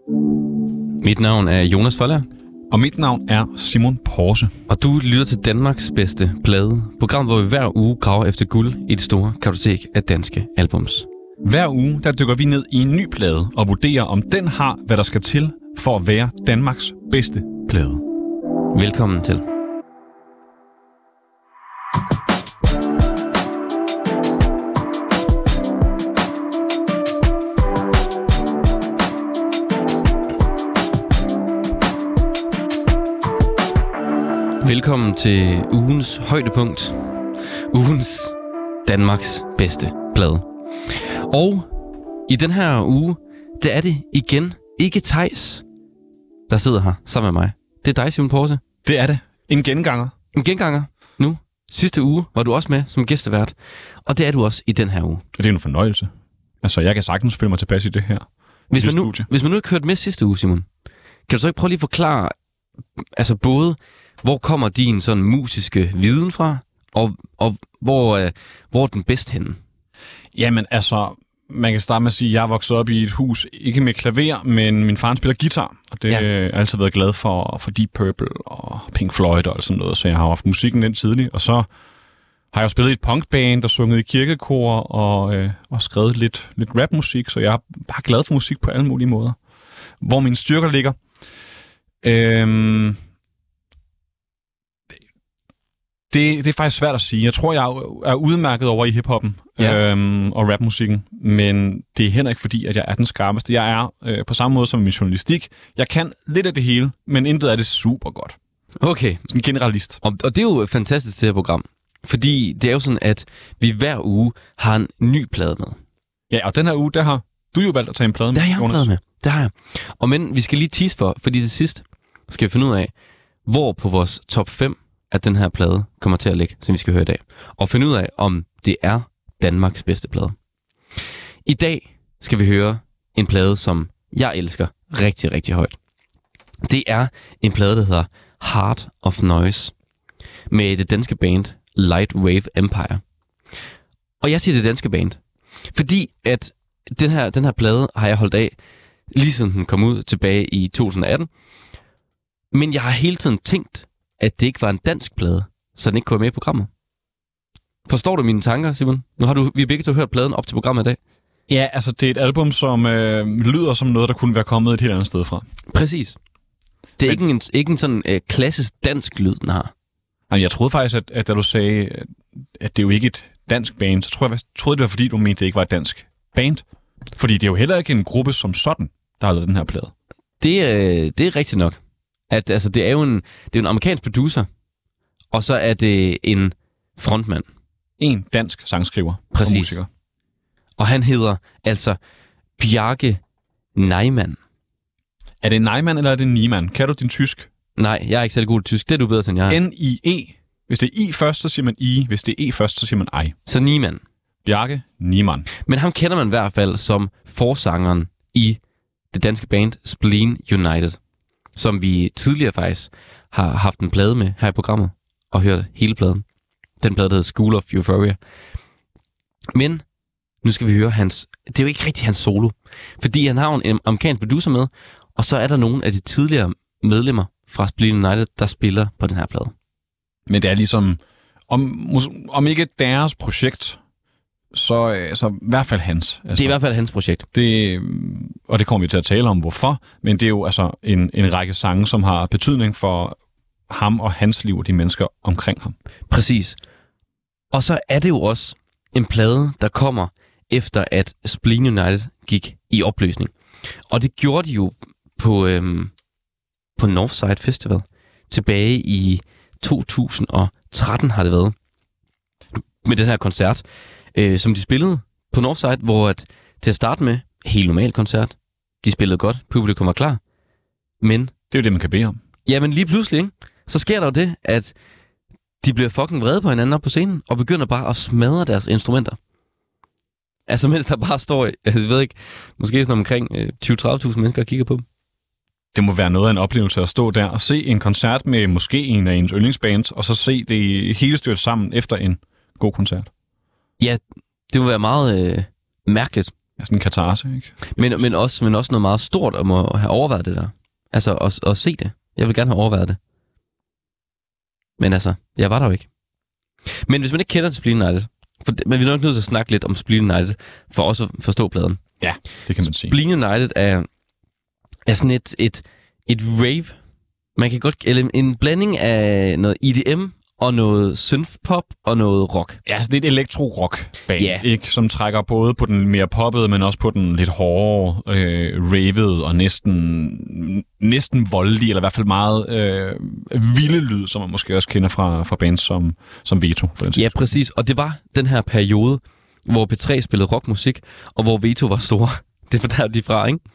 Mit navn er Jonas Folder. Og mit navn er Simon Porse. Og du lytter til Danmarks bedste plade. Program, hvor vi hver uge graver efter guld i det store kartotek af danske albums. Hver uge der dykker vi ned i en ny plade og vurderer, om den har, hvad der skal til for at være Danmarks bedste plade. Velkommen til. Velkommen til ugens højdepunkt. Ugens Danmarks bedste plade. Og i den her uge, der er det igen ikke Theis, der sidder her sammen med mig. Det er dig, Simon Porse. Det er det. En genganger. En genganger nu. Sidste uge var du også med som gæstevært, og det er du også i den her uge. Det er en fornøjelse. Altså, jeg kan sagtens føle mig tilpas i det her. Hvis man nu ikke hørte med sidste uge, Simon, kan du så ikke prøve lige at forklare, altså både, hvor kommer din sådan musiske viden fra, og hvor er den bedst henne? Jamen, altså, man kan starte med at sige, at jeg er vokset op i et hus, ikke med klaver, men min far spiller guitar, og det har jeg altid været glad for Deep Purple og Pink Floyd og sådan noget, så jeg har haft musikken den tidligt, og så har jeg jo spillet i et punkband og sunget i kirkekor og skrevet lidt rapmusik, så jeg er bare glad for musik på alle mulige måder. Hvor mine styrker ligger? Det er faktisk svært at sige. Jeg tror, jeg er udmærket over i hiphoppen og rapmusikken, men det er heller ikke fordi, at jeg er den skarpeste. Jeg er på samme måde som min journalistik. Jeg kan lidt af det hele, men intet af det super godt. Okay. Sådan en generalist. Og det er jo fantastisk, det her program. Fordi det er jo sådan, at vi hver uge har en ny plade med. Ja, og den her uge, der har du jo valgt at tage en plade med, Jonas. Der har jeg en plade med. Det har jeg. Og men vi skal lige tease for, fordi til sidst skal vi finde ud af, hvor på vores top 5 at den her plade kommer til at ligge, som vi skal høre i dag. Og finde ud af, om det er Danmarks bedste plade. I dag skal vi høre en plade, som jeg elsker rigtig, rigtig højt. Det er en plade, der hedder Heart of Noise, med det danske band Light Wave Empire. Og jeg siger det danske band, fordi at den her plade har jeg holdt af, lige siden den kom ud tilbage i 2018. Men jeg har hele tiden tænkt, at det ikke var en dansk plade, så den ikke kunne være med i programmet. Forstår du mine tanker, Simon? Nu har vi begge to hørt pladen op til programmet i dag. Ja, altså det er et album, som lyder som noget, der kunne være kommet et helt andet sted fra. Præcis. Det er ikke en sådan klassisk dansk lyd, den har. Nej, jeg troede faktisk, at da du sagde, at det er jo ikke et dansk band, så troede det var fordi, du mente, det ikke var et dansk band. Fordi det er jo heller ikke en gruppe som sådan, der har lavet den her plade. Det er rigtigt nok. At, altså, det er jo en amerikansk producer, og så er det en frontmand. En dansk sangskriver. Præcis. Og musiker. Og han hedder altså Bjarke Neiman. Er det Neiman, eller er det Niemann? Kan du din tysk? Nej, jeg er ikke særlig god til tysk. Det er du bedre, end jeg er. N-I-E. Hvis det er I først, så siger man I. Hvis det er E først, så siger man I. Så Niemann. Bjarke Niemann. Men ham kender man i hvert fald som forsangeren i det danske band Spleen United, som vi tidligere faktisk har haft en plade med her i programmet, og hørt hele pladen. Den plade, der hedder School of Euphoria. Men nu skal vi høre det er jo ikke rigtig hans solo, fordi han har en amerikansk producer med, og så er der nogle af de tidligere medlemmer fra Spleen United, der spiller på den her plade. Men det er ligesom, om ikke deres projekt, så i hvert fald hans. Altså, det er i hvert fald hans projekt. Og det kommer vi til at tale om, hvorfor. Men det er jo altså en række sange, som har betydning for ham og hans liv og de mennesker omkring ham. Præcis. Og så er det jo også en plade, der kommer efter, at Spleen United gik i opløsning. Og det gjorde de jo på Northside Festival tilbage i 2013 har det været. Med den her koncert, som de spillede på Northside, hvor til at starte med, helt normal koncert. De spillede godt, publikum var klar. Men det er jo det, man kan bede om. Ja, men lige pludselig, ikke? Så sker der jo det, at de bliver fucking vrede på hinanden op på scenen, og begynder bare at smadre deres instrumenter. Altså, mens der bare står, jeg ved ikke, måske sådan omkring 20-30.000 mennesker og kigger på dem. Det må være noget af en oplevelse at stå der og se en koncert med måske en af ens yndlingsbands, og så se det hele styrt sammen efter en god koncert. Ja, det må være meget mærkeligt Ja, sådan en katarse, ikke? Men også noget meget stort om at have overvejet det der. Altså, at se det. Jeg vil gerne have overvejet det. Men altså, jeg var der jo ikke. Men hvis man ikke kender til Spleen United, men vi er nok nødt til at snakke lidt om Spleen United, for også at forstå pladen. Ja, det kan man sige. Spleen United er sådan et rave. Man kan godt, eller en blanding af noget EDM og noget synthpop og noget rock. Ja, så det er et elektro-rock-band, Ja. ikke? Som trækker både på den mere poppede, men også på den lidt hårde, ravede og næsten voldelige, eller i hvert fald meget vilde lyd, som man måske også kender fra bands som Veto. For den Ja, præcis. Og det var den her periode, hvor P3 spillede rockmusik, og hvor Veto var store. Det var der de fra, ikke?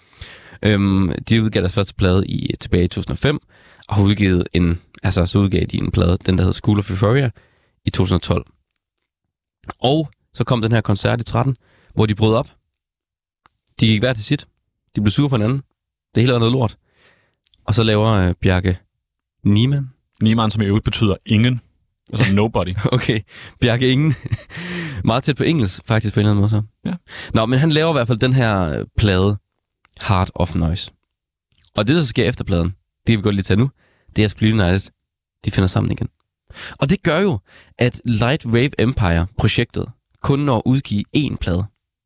De udgav deres første plade tilbage i 2005, og har udgivet så udgav de en plade, den der hedder School of Euphoria, i 2012. Og så kom den her koncert i 13, hvor de brød op. De gik hver til sit. De blev sure på hinanden. Det hele var noget lort. Og så laver Bjarke Niemann. Niemann, som i øvrigt betyder ingen. Altså nobody. Okay, Bjarke Ingen. Meget tæt på engelsk, faktisk på en eller anden måde så. Ja. Nå, men han laver i hvert fald den her plade, Heart of Noise. Og det, der sker efter pladen, det kan vi godt lige tage nu, det er Spleen United, de finder sammen igen. Og det gør jo, at Light Rave Empire-projektet kun når at udgive én plade.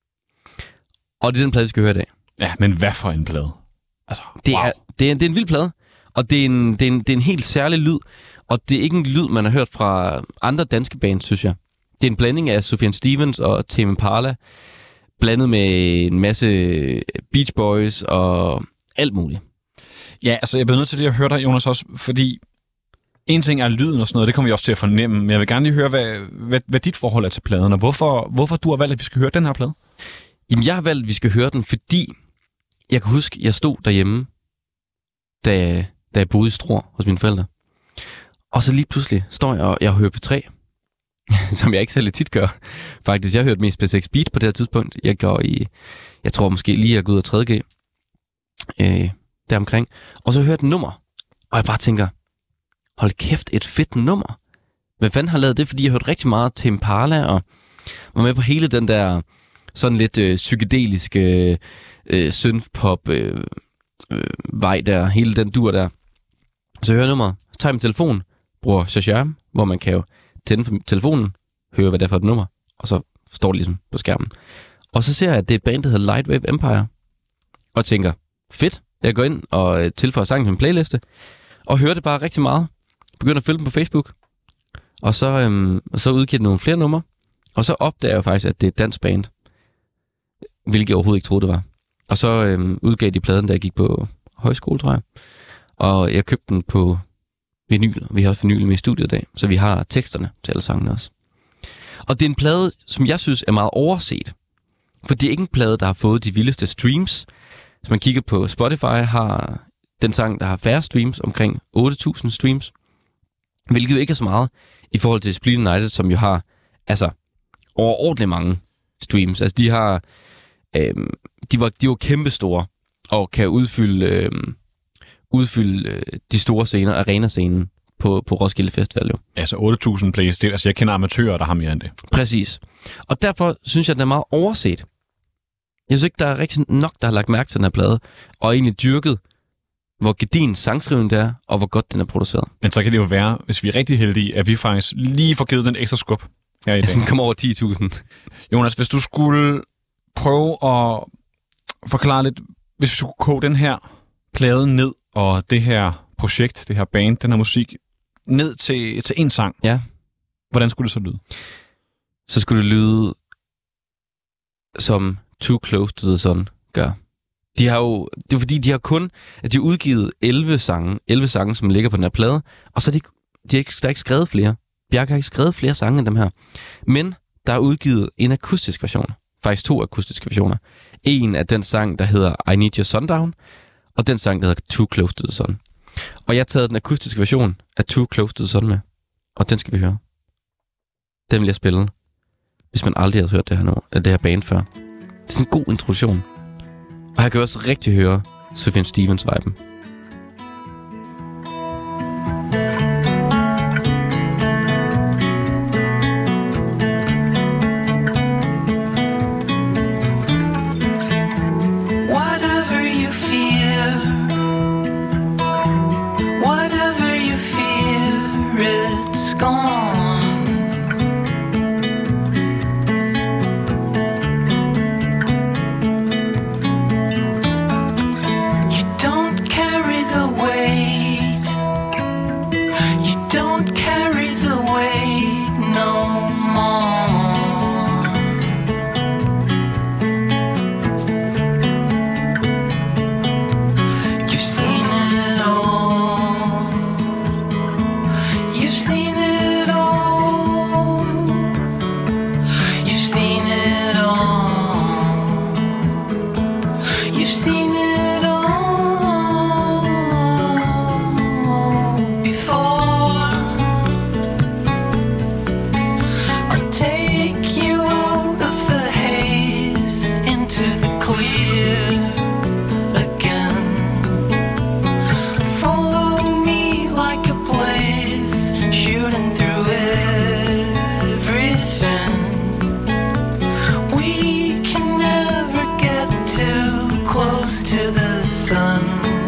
Og det er den plade, vi skal høre i dag. Ja, men hvad for en plade? Altså, Det er en vild plade, og det er en helt særlig lyd, og det er ikke en lyd, man har hørt fra andre danske bands, synes jeg. Det er en blanding af Sufjan Stevens og Tame Impala, blandet med en masse Beach Boys og alt muligt. Ja, altså jeg bliver nødt til lige at høre dig, Jonas, også, fordi en ting er lyden og sådan noget, det kommer vi også til at fornemme, men jeg vil gerne lige høre, hvad dit forhold er til pladen, og hvorfor du har valgt, at vi skal høre den her plade? Jamen, jeg har valgt, at vi skal høre den, fordi jeg kan huske, jeg stod derhjemme, da jeg boede i Struer hos mine forældre. Og så lige pludselig står jeg, og jeg hører P3, som jeg ikke selv tit gør. Faktisk, jeg hørte mest P6 Beat på det her tidspunkt. Jeg tror måske lige, at gå ud af 3G deromkring. Og så hørte et nummer, og jeg bare tænker, hold kæft, et fedt nummer. Hvad fanden har lavet det? Fordi jeg hørte rigtig meget til Impala, og var med på hele den der sådan lidt psykedeliske synthpop vej der, hele den dur der. Så jeg hører nummeret, tager min telefon, bruger Shazam, hvor man kan jo tænde for telefonen, høre hvad det er for et nummer, og så står det ligesom på skærmen. Og så ser jeg, at det er et band, der hedder Light Wave Empire, og tænker, fedt, jeg går ind og tilføjer sangen til min playliste, og hører det bare rigtig meget. Begynder at følge dem på Facebook, og så udgiver de nogle flere numre, og så opdager jeg faktisk, at det er et dansk band, hvilket jeg overhovedet ikke troede, det var. Og så udgav de pladen, da jeg gik på højskole, tror jeg. Og jeg købte den på vinyl. Vi har også vinyl med i studiet i dag, så vi har teksterne til alle sangene også. Og det er en plade, som jeg synes er meget overset. For det er ikke en plade, der har fået de vildeste streams. Hvis man kigger på Spotify, har den sang, der har færre streams, omkring 8.000 streams. Hvilket jo ikke er så meget i forhold til Spleen United, som jo har overordentligt mange streams. Altså de har... De var kæmpestore og kan udfylde de store scener, arenascenen på Roskilde Festival jo. Altså 8.000 plays, altså jeg kender amatører, der har mere end det. Præcis. Og derfor synes jeg, at den er meget overset. Jeg synes ikke, der er rigtig nok, der har lagt mærke til den her plade, og egentlig dyrket, hvor gedin sangskrivning det er, og hvor godt den er produceret. Men så kan det jo være, hvis vi er rigtig heldige, at vi faktisk lige får givet den ekstra skub her i dag. Den kommer over 10.000. Jonas, hvis du skulle prøve at forklare lidt, hvis vi skulle koge den her plade ned, og det her projekt, det her band, den her musik, ned til en sang. Ja. Hvordan skulle det så lyde? Så skulle det lyde som Too Close to the Sun gør. Det er fordi, de har udgivet 11 sange, som ligger på den her plade, og så der er ikke skrevet flere. Bjarke har ikke skrevet flere sange end dem her. Men der er udgivet en akustisk version. Faktisk 2 akustiske versioner. En af den sang, der hedder I Need Your Sundown, og den sang, der hedder Too Close to the Sun. Og jeg har taget den akustiske version af Too Close to the Sun med, og den skal vi høre. Den vil jeg spille, hvis man aldrig har hørt det her band før. Det er sådan en god introduktion. Og jeg kan også rigtig høre Sufjan Stevens-viben. sun.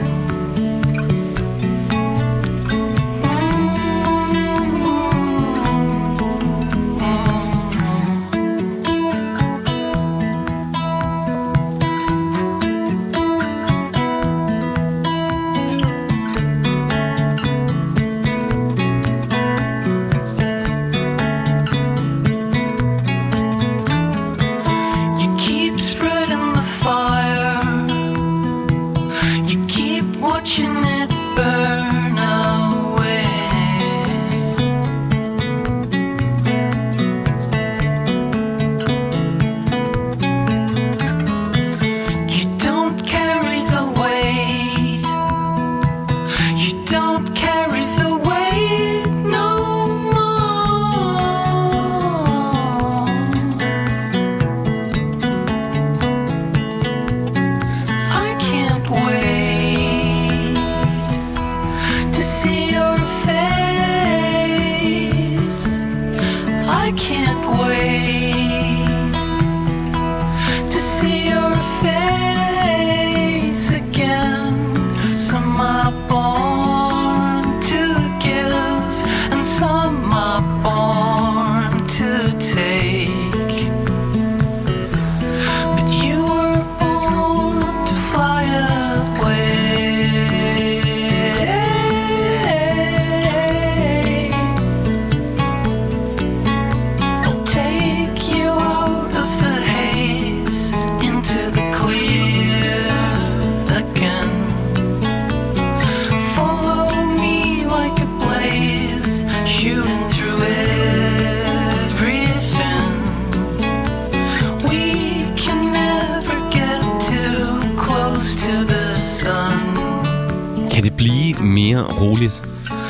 Kan det blive mere roligt?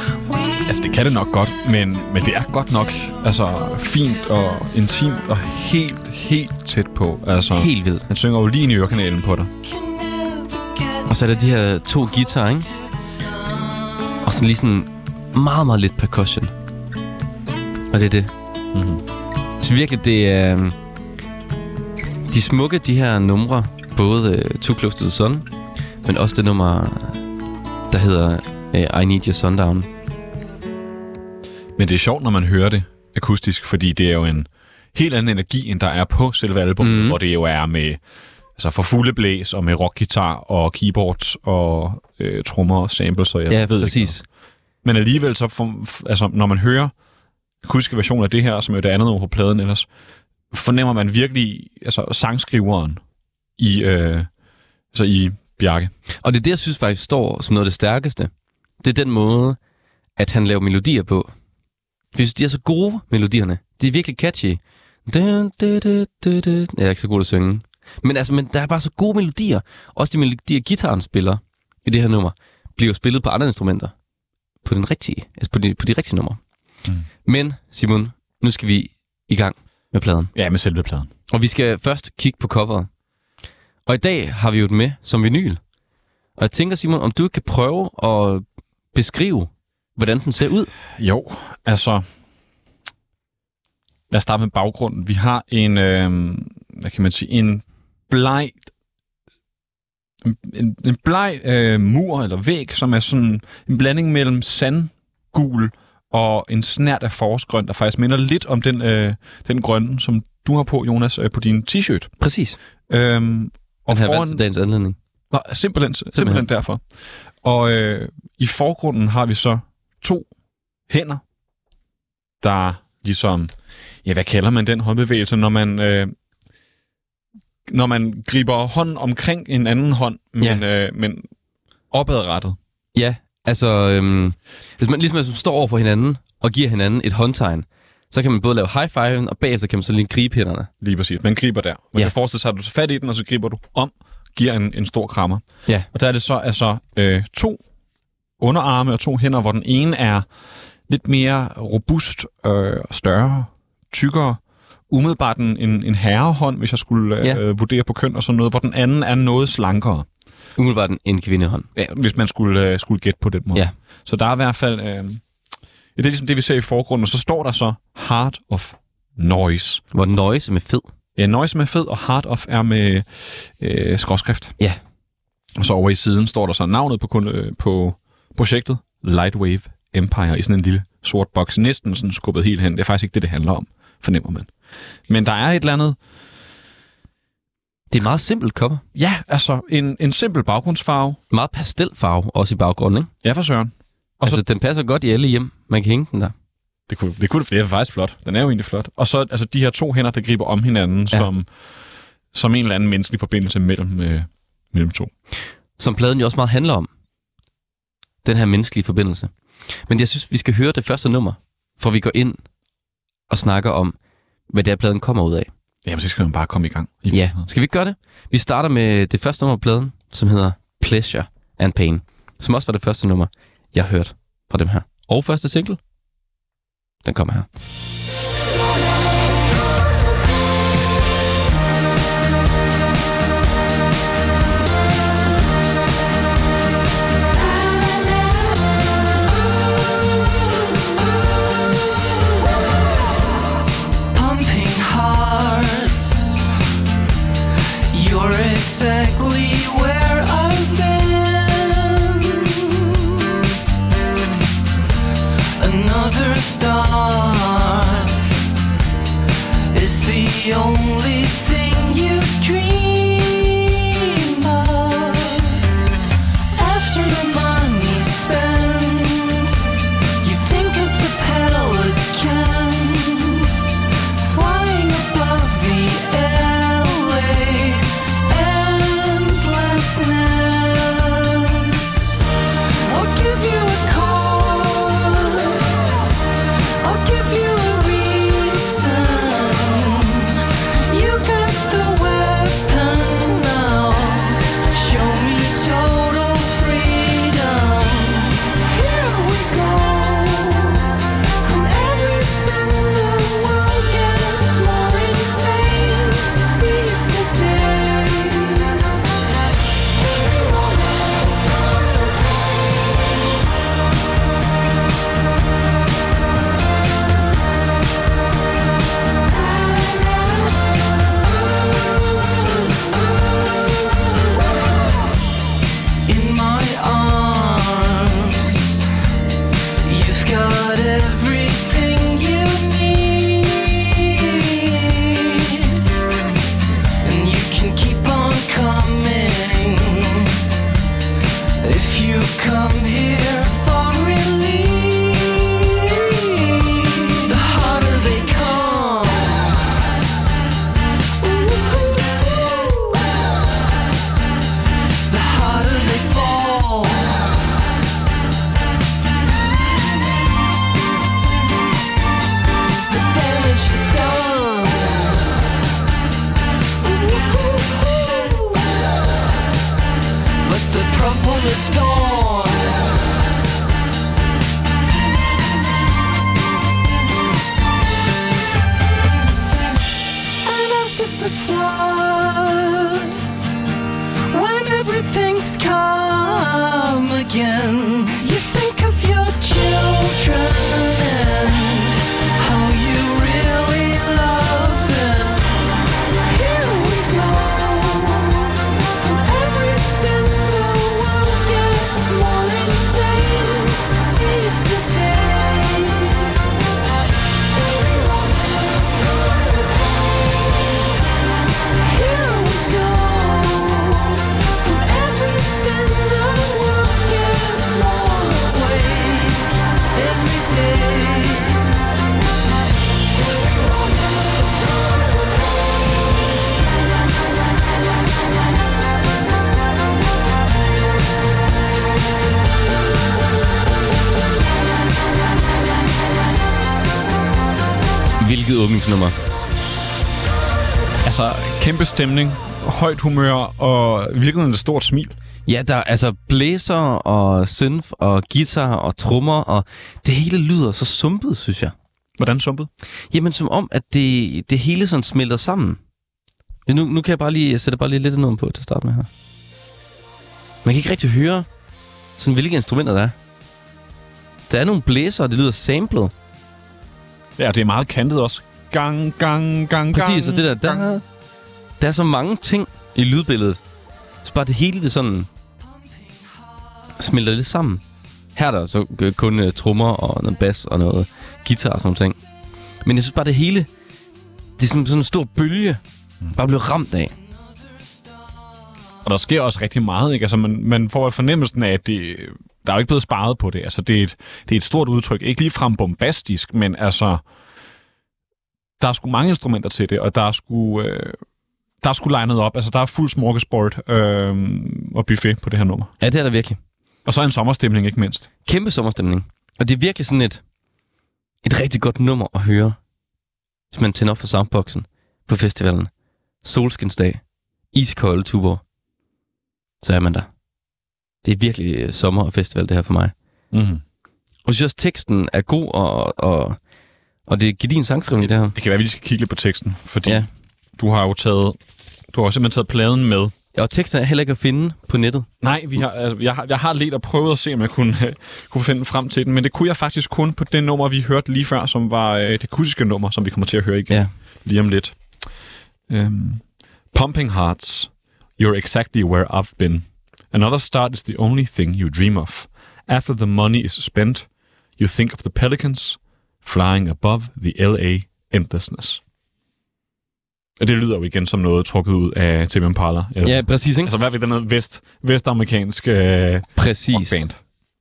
Altså, det kan det nok godt, men det er godt nok fint og intimt og helt tæt på. Altså, Helt vildt. Han synger jo lige ind i ørekanalen på dig. Og så er der de her 2 guitarer, ikke? Og sådan lige sådan meget, meget lidt percussion. Og det er det. Mm-hmm. Så virkelig, det er de smukke, de her numre, både Too Close to the Sun, men også det nummer, der hedder I Need Your Sundown. Men det er sjovt, når man hører det akustisk, fordi det er jo en helt anden energi, end der er på selve albumet, hvor det jo er med for fulde blæs og med rockgitar og keyboards og trommer og samples, og jeg ved præcis. Ikke. Men alligevel, når man hører akustiske version af det her, som er det andet ord på pladen ellers, fornemmer man virkelig sangskriveren i Bjarke. Og det er det, jeg synes faktisk står som noget af det stærkeste. Det er den måde, at han laver melodier på. Jeg synes, de er så gode, melodierne. De er virkelig catchy. Jeg er ikke så god at synge. Men der er bare så gode melodier. Også de melodier, guitaren spiller i det her nummer, bliver spillet på andre instrumenter. På den rigtige, på de rigtige numre. Mm. Men, Simon, nu skal vi i gang med pladen. Ja, med selve pladen. Og vi skal først kigge på coveret. Og i dag har vi jo det med som vinyl. Og jeg tænker, Simon, om du kan prøve at beskrive, hvordan den ser ud? Jo, lad os starte med baggrunden. Vi har en, hvad kan man sige, en bleg mur eller væg, som er sådan en blanding mellem sandgul og en snert af forårsgrøn, der faktisk minder lidt om den grønne, som du har på, Jonas, på din t-shirt. Præcis. Og den her valgt til dagens anledning. Nå, simpelthen derfor. Og i forgrunden har vi så 2 hænder, der ligesom, ja, hvad kalder man den håndbevægelse, når man griber hånden omkring en anden hånd, men opadrettet. Ja, hvis man ligesom står over for hinanden og giver hinanden et håndtegn, så kan man både lave high five, og bagefter kan man så lige gribe hænderne. Lige præcis. Man griber der. Man kan forestille sig, at du tager fat i den, og så griber du om, giver en stor krammer. Ja. Og der er det så 2 underarme og 2 hænder, hvor den ene er lidt mere robust, større, tykkere. Umiddelbart en herrehånd, hvis jeg skulle vurdere på køn og sådan noget, hvor den anden er noget slankere. Umiddelbart en kvindehånd. Ja, hvis man skulle gætte på den måde. Ja. Så der er i hvert fald... det er ligesom det, vi ser i forgrunden, og så står der så Heart of Noise. Hvor Noise er med fed. Ja, Noise med fed, og Heart of er med skråskrift. Ja. Og så over i siden står der så navnet på projektet, Lightwave Empire, i sådan en lille sort boks, næsten sådan skubbet helt hen. Det er faktisk ikke det handler om, fornemmer man. Men der er et eller andet... Det er et meget simpelt cover. Ja, altså en simpel baggrundsfarve. Meget pastelfarve også i baggrunden, ikke? Ja, for søren. Og Altså, så, den passer godt i alle hjem. Man kan hænge den der. det er faktisk flot. Den er jo egentlig flot. Og så altså, de her to hænder, der griber om hinanden, som en eller anden menneskelig forbindelse mellem to. Som pladen jo også meget handler om. Den her menneskelige forbindelse. Men jeg synes, vi skal høre det første nummer, for vi går ind og snakker om, hvad det er, pladen kommer ud af. Jamen, så skal man bare komme i gang. Ja, skal vi ikke gøre det? Vi starter med det første nummer af pladen, som hedder Pleasure and Pain, som også var det første nummer, jeg hørte fra dem her. Og første single, den kommer her. Exactly where I've been. Another start is the only thing you dream of. After the money spent, you think of the pelicans flying above the LA. I'll give you a cause, I'll give you a reason. You got the weapon now, show me total freedom. Here we go, from every spin the world gets more insane. Seize the day. Come here for relief. The harder they come, the harder they fall. The damage is done. But the problem is gone. And after the flood, when everything's calm again, you think of your children and how you really love them. Here we go, from every spin the world gets more insane. Seize the day. Here we go, from every spin the world gets more awake every day. Hvilket åbningsnummer? Altså, kæmpe stemning, højt humør og i virkeligheden et stort smil. Ja, der er altså blæser og synth og guitar og trommer, og det hele lyder så sumpet, synes jeg. Hvordan sumpet? Jamen, som om, at det hele sådan smelter sammen. Nu kan jeg sætter bare lige lidt noget på til at starte med her. Man kan ikke rigtig høre, sådan, hvilke instrumenter der er. Der er nogle blæser, og det lyder samlet. Ja, det er meget kantet også. Gang. Præcis, og det der er så mange ting i lydbilledet. Så bare det hele, det sådan smelter lidt sammen. Her er der så kun trommer og noget bas og noget guitar og sådan noget ting. Men jeg synes bare, det hele, det er sådan en stor bølge, bare blev ramt af. Og der sker også rigtig meget, ikke? Altså, man får fornemmelsen af, at der er jo ikke blevet sparet på det. Altså, det er et stort udtryk. Ikke ligefrem bombastisk, men altså, der er sgu mange instrumenter til det, og der er sgu legnet op. Altså, der er fuld smorgasbord og buffet på det her nummer. Ja, det er der virkelig. Og så en sommerstemning, ikke mindst. Kæmpe sommerstemning. Og det er virkelig sådan et rigtig godt nummer at høre, hvis man tænder op for soundboxen på festivalen. Solskinsdag. Iskold Tuborg. Så er man der. Det er virkelig sommer og festival, det her for mig. Mm-hmm. Og jeg synes også, teksten er god, og det giver din sangskrivning i det her. Det kan være, at vi lige skal kigge lidt på teksten, fordi du har jo simpelthen taget pladen med. Ja, og teksten er heller ikke at finde på nettet. Nej, jeg har lidt og prøvet at se, om jeg kunne finde frem til den, men det kunne jeg faktisk kun på det nummer, vi hørte lige før, som var det akustiske nummer, som vi kommer til at høre igen lige om lidt. Pumping hearts, you're exactly where I've been. Another start is the only thing you dream of. After the money is spent, you think of the pelicans flying above the LA endlessness. Og det lyder jo igen som noget trukket ud af Tame Impala. Ja, præcis, ikke? Altså i hvert fald den noget vestamerikansk rockband.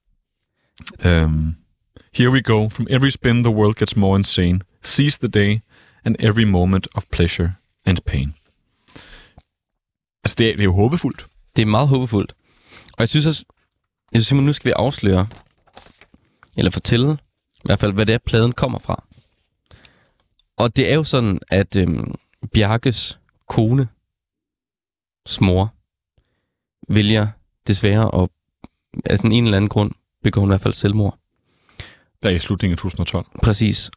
Here we go. From every spin, the world gets more insane. Seize the day and every moment of pleasure and pain. Altså det er jo håbefuldt. Det er meget håbefuldt. Og jeg synes også, Simon, nu skal vi afsløre, eller fortælle, i hvert fald, hvad det er, pladen kommer fra. Og det er jo sådan, at Bjarkes kone, mor, vælger desværre at, af sådan en eller anden grund, begår hun i hvert fald selvmord. Der er i slutningen af 2012. Præcis.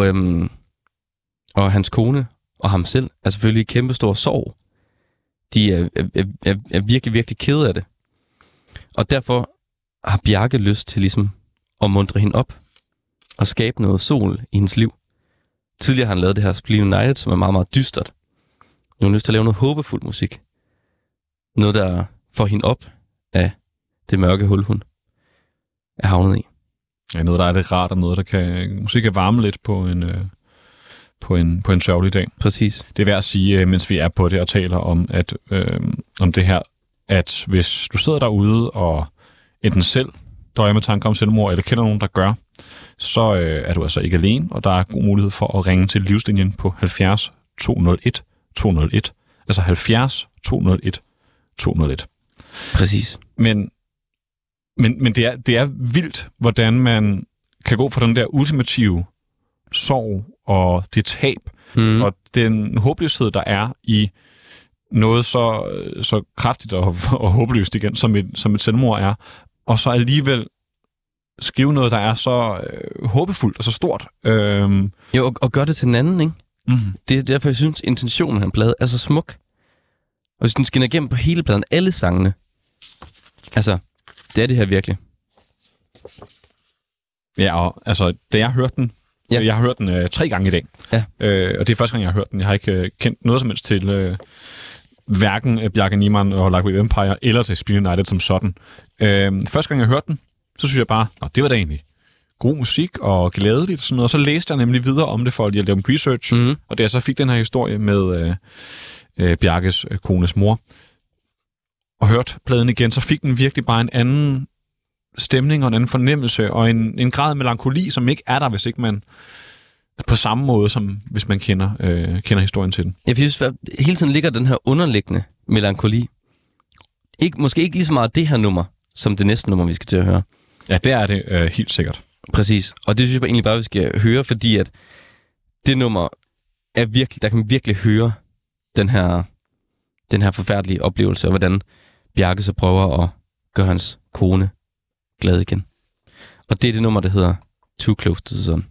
Og hans kone og ham selv er selvfølgelig i kæmpestor sorg. De er virkelig, virkelig kede af det. Og derfor har Bjarke lyst til ligesom at muntre hende op og skabe noget sol i hendes liv. Tidligere har han lavet det her Split United, som er meget, meget dystert. Nu har han lyst til at lave noget håbefuld musik. Noget, der får hende op af det mørke hul, hun er havnet i. Ja, noget, der er lidt rart, og noget, der kan musik kan varme lidt på en sørgelig dag. Præcis. Det er værd at sige, mens vi er på det og taler om, om det her, at hvis du sidder derude og enten selv døjer med tanker om selvmord, eller kender nogen, der gør, så er du altså ikke alene, og der er god mulighed for at ringe til livslinjen på 70 201 201. Altså 70 201 201. Præcis. Men det er vildt, hvordan man kan gå fra den der ultimative sorg og det tab, og den håbløshed, der er i noget så kraftigt og håbløst igen, som et selvmord er, og så alligevel skrive noget, der er så håbefuldt og så stort. Jo, og gør det til den anden, ikke? Mm-hmm. Det er derfor, jeg synes, intentionen af en plade er så smuk. Og hvis den skinner igennem på hele pladen, alle sangene. Altså, det er det her virkelig. Ja, og altså, da jeg hørte den, jeg har hørt den 3 gange i dag. Ja. Og det er første gang, jeg har hørt den. Jeg har ikke kendt noget som helst til hverken Bjarke Niemann og Like Wave Empire, eller til Split United som sådan. Første gang, jeg hørte den, så synes jeg bare, det var da egentlig god musik og glædeligt og sådan noget. Og så læste jeg nemlig videre om det, for at jeg lavede research. Mm-hmm. Og da jeg så fik den her historie med Bjarkes kones mor, og hørte pladen igen, så fik den virkelig bare en anden stemning og en anden fornemmelse, og en grad af melankoli, som ikke er der, hvis ikke man på samme måde, som hvis man kender historien til den. Jeg synes, at hele tiden ligger den her underliggende melankoli. Måske ikke lige så meget det her nummer, som det næste nummer, vi skal til at høre. Ja, det er det helt sikkert. Præcis. Og det synes jeg egentlig bare, vi skal høre, fordi at det nummer er virkelig, der kan man virkelig høre den her forfærdelige oplevelse, og hvordan Bjarke så prøver at gøre hans kone glad igen. Og det er det nummer, der hedder Too Close to the Sun.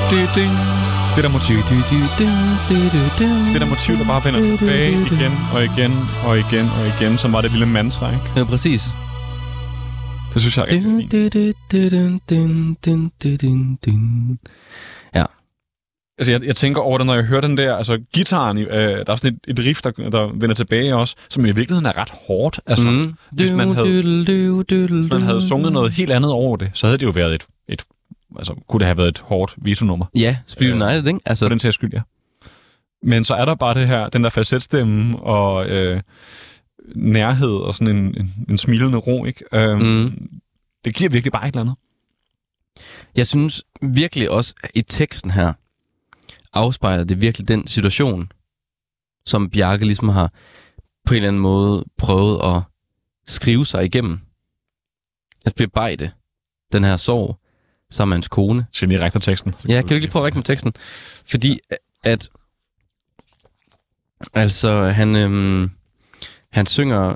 Det der motiv. Det der motiv, der bare vender tilbage igen og igen og igen og igen, som var det lille mantra, ikke? Ja, præcis. Det synes jeg er rigtig fint. Ja. Altså, jeg tænker over det, når jeg hører den der, altså gitaren, der er sådan et riff, der vender tilbage også, som i virkeligheden er ret hårdt. Altså, hvis man havde sunget noget helt andet over det, så havde det jo været kunne det have været et hårdt vitonummer. Ja, Split United, ikke? Altså, for den til skyld, ja. Men så er der bare det her, den der falsetstemme og nærhed og sådan en smilende ro, ikke? Det giver virkelig bare et eller andet. Jeg synes virkelig også, at i teksten her, afspejler det virkelig den situation, som Bjarke ligesom har på en eller anden måde prøvet at skrive sig igennem. At bearbejde den her sorg sammen med hans kone. Skal lige række teksten? Ja, kan du lige prøve at række med teksten? Fordi at altså han synger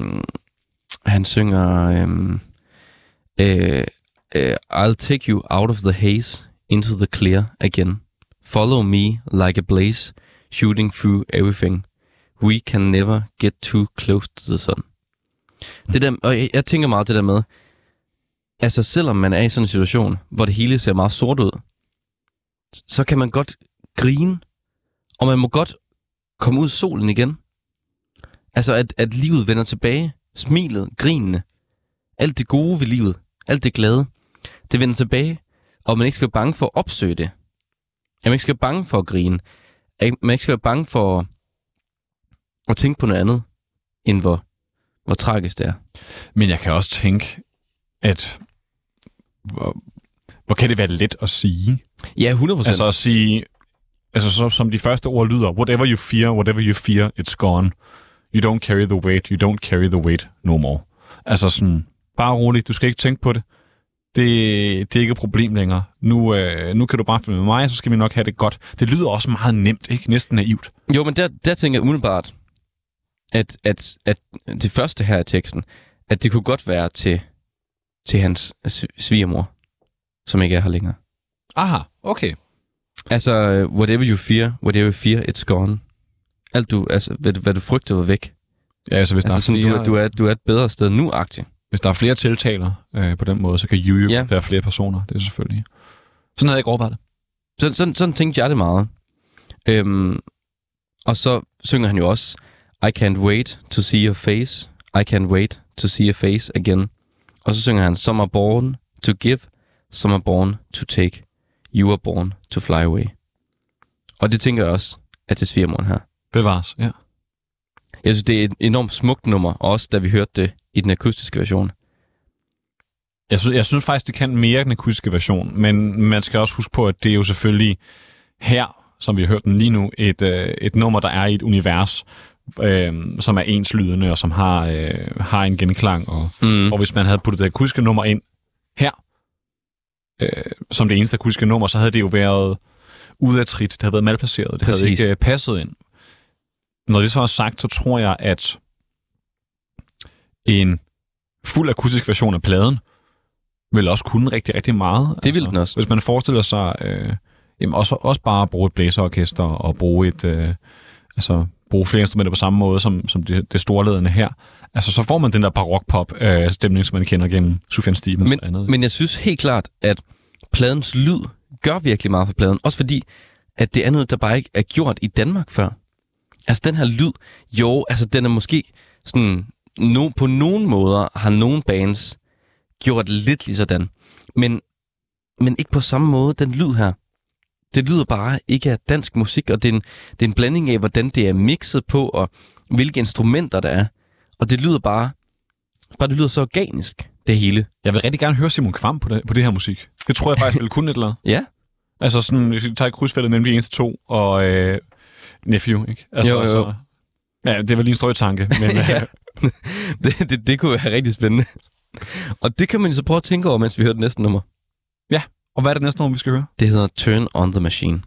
I'll take you out of the haze into the clear again. Follow me like a blaze, shooting through everything. We can never get too close to the sun. Det der, og jeg tænker meget det der med, altså selvom man er i sådan en situation, hvor det hele ser meget sort ud, så kan man godt grine, og man må godt komme ud i solen igen. Altså at livet vender tilbage, smilet, grinende, alt det gode ved livet, alt det glade, det vender tilbage, og man ikke skal være bange for at opsøge det. At man ikke skal være bange for at grine. At man ikke skal være bange for at tænke på noget andet, end hvor tragisk det er. Men jeg kan også tænke, at hvor kan det være let at sige? Ja, 100%. Altså at sige, altså som de første ord lyder, whatever you fear, it's gone. You don't carry the weight, you don't carry the weight no more. Altså sådan, bare roligt, du skal ikke tænke på det. Det er ikke et problem længere. Nu kan du bare følge med mig, så skal vi nok have det godt. Det lyder også meget nemt, ikke? Næsten naivt. Jo, men der tænker jeg umiddelbart, at det første her i teksten, at det kunne godt være til hans svigermor, som ikke er her længere. Aha, okay. Altså, whatever you fear, it's gone. Alt hvad du frygter var væk. Ja, altså hvis altså, der er flere, du er et bedre sted nu-agtigt. Hvis der er flere tiltaler på den måde, så kan være flere personer. Det er selvfølgelig. Sådan havde jeg ikke overvejet det. Sådan tænkte jeg det meget. Og så synger han jo også, I can't wait to see your face. I can't wait to see your face again. Og så synger han, some are born to give, some are born to take. You are born to fly away. Og det tænker jeg også, at til svigermoren her. Bevares, ja. Jeg synes, det er et enormt smukt nummer, også da vi hørte det i den akustiske version. Jeg synes faktisk, det kan mere den akustiske version, men man skal også huske på, at det er jo selvfølgelig her, som vi har hørt den lige nu, et nummer, der er i et univers, som er enslydende og som har en genklang. Og hvis man havde puttet det akustiske nummer ind her, som det eneste akustiske nummer, så havde det jo været ude af trit. Det havde været malplaceret. Det havde ikke passet ind. Når det så er sagt, så tror jeg, at en fuld akustisk version af pladen vil også kunne rigtig, rigtig meget. Det vil den også. Hvis man forestiller sig også bare at bruge et blæserorkester og bruge bruge flere instrumenter på samme måde som det storledende her, altså så får man den der barok-pop-stemning, som man kender gennem Sufjan Stevens og andet. Men jeg synes helt klart, at pladens lyd gør virkelig meget for pladen. Også fordi, at det er noget, der bare ikke er gjort i Danmark før. Altså den her lyd, den er måske sådan, på nogle måder har nogle bands gjort lidt lige sådan. Men ikke på samme måde, den lyd her. Det lyder bare ikke af dansk musik, og det er en blanding af, hvordan det er mixet på, og hvilke instrumenter der er. Og det lyder bare det lyder så organisk, det hele. Jeg vil rigtig gerne høre Simon Kvam på det her musik. Det tror jeg faktisk ville kunne et eller andet. Ja. Altså sådan, hvis vi tager krydsfældet mellem de eneste to, og Nephew, ikke? Altså, jo. Ja, det var lige en strøgtanke, men... det kunne være rigtig spændende. Og det kan man så prøve at tænke over, mens vi hører det næste nummer. Ja, og hvad er det næste nummer, vi skal høre? Det hedder Turn on the Machine.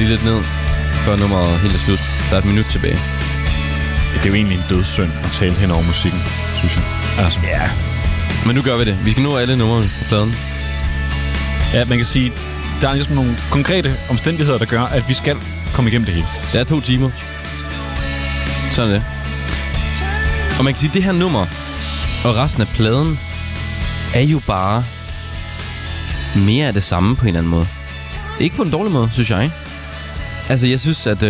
lige lidt ned, før nummeret helt er slut. Der er et minut tilbage. Det er jo egentlig en dødssynd at tale hen over musikken, synes jeg. Altså. Ja. Men nu gør vi det. Vi skal nå alle numrene på pladen. Ja, man kan sige, der er ligesom nogle konkrete omstændigheder, der gør, at vi skal komme igennem det hele. Det er 2 timer. Sådan er det. Og man kan sige, at det her nummer og resten af pladen er jo bare mere af det samme på en eller anden måde. Ikke på en dårlig måde, synes jeg. Altså, jeg synes, at...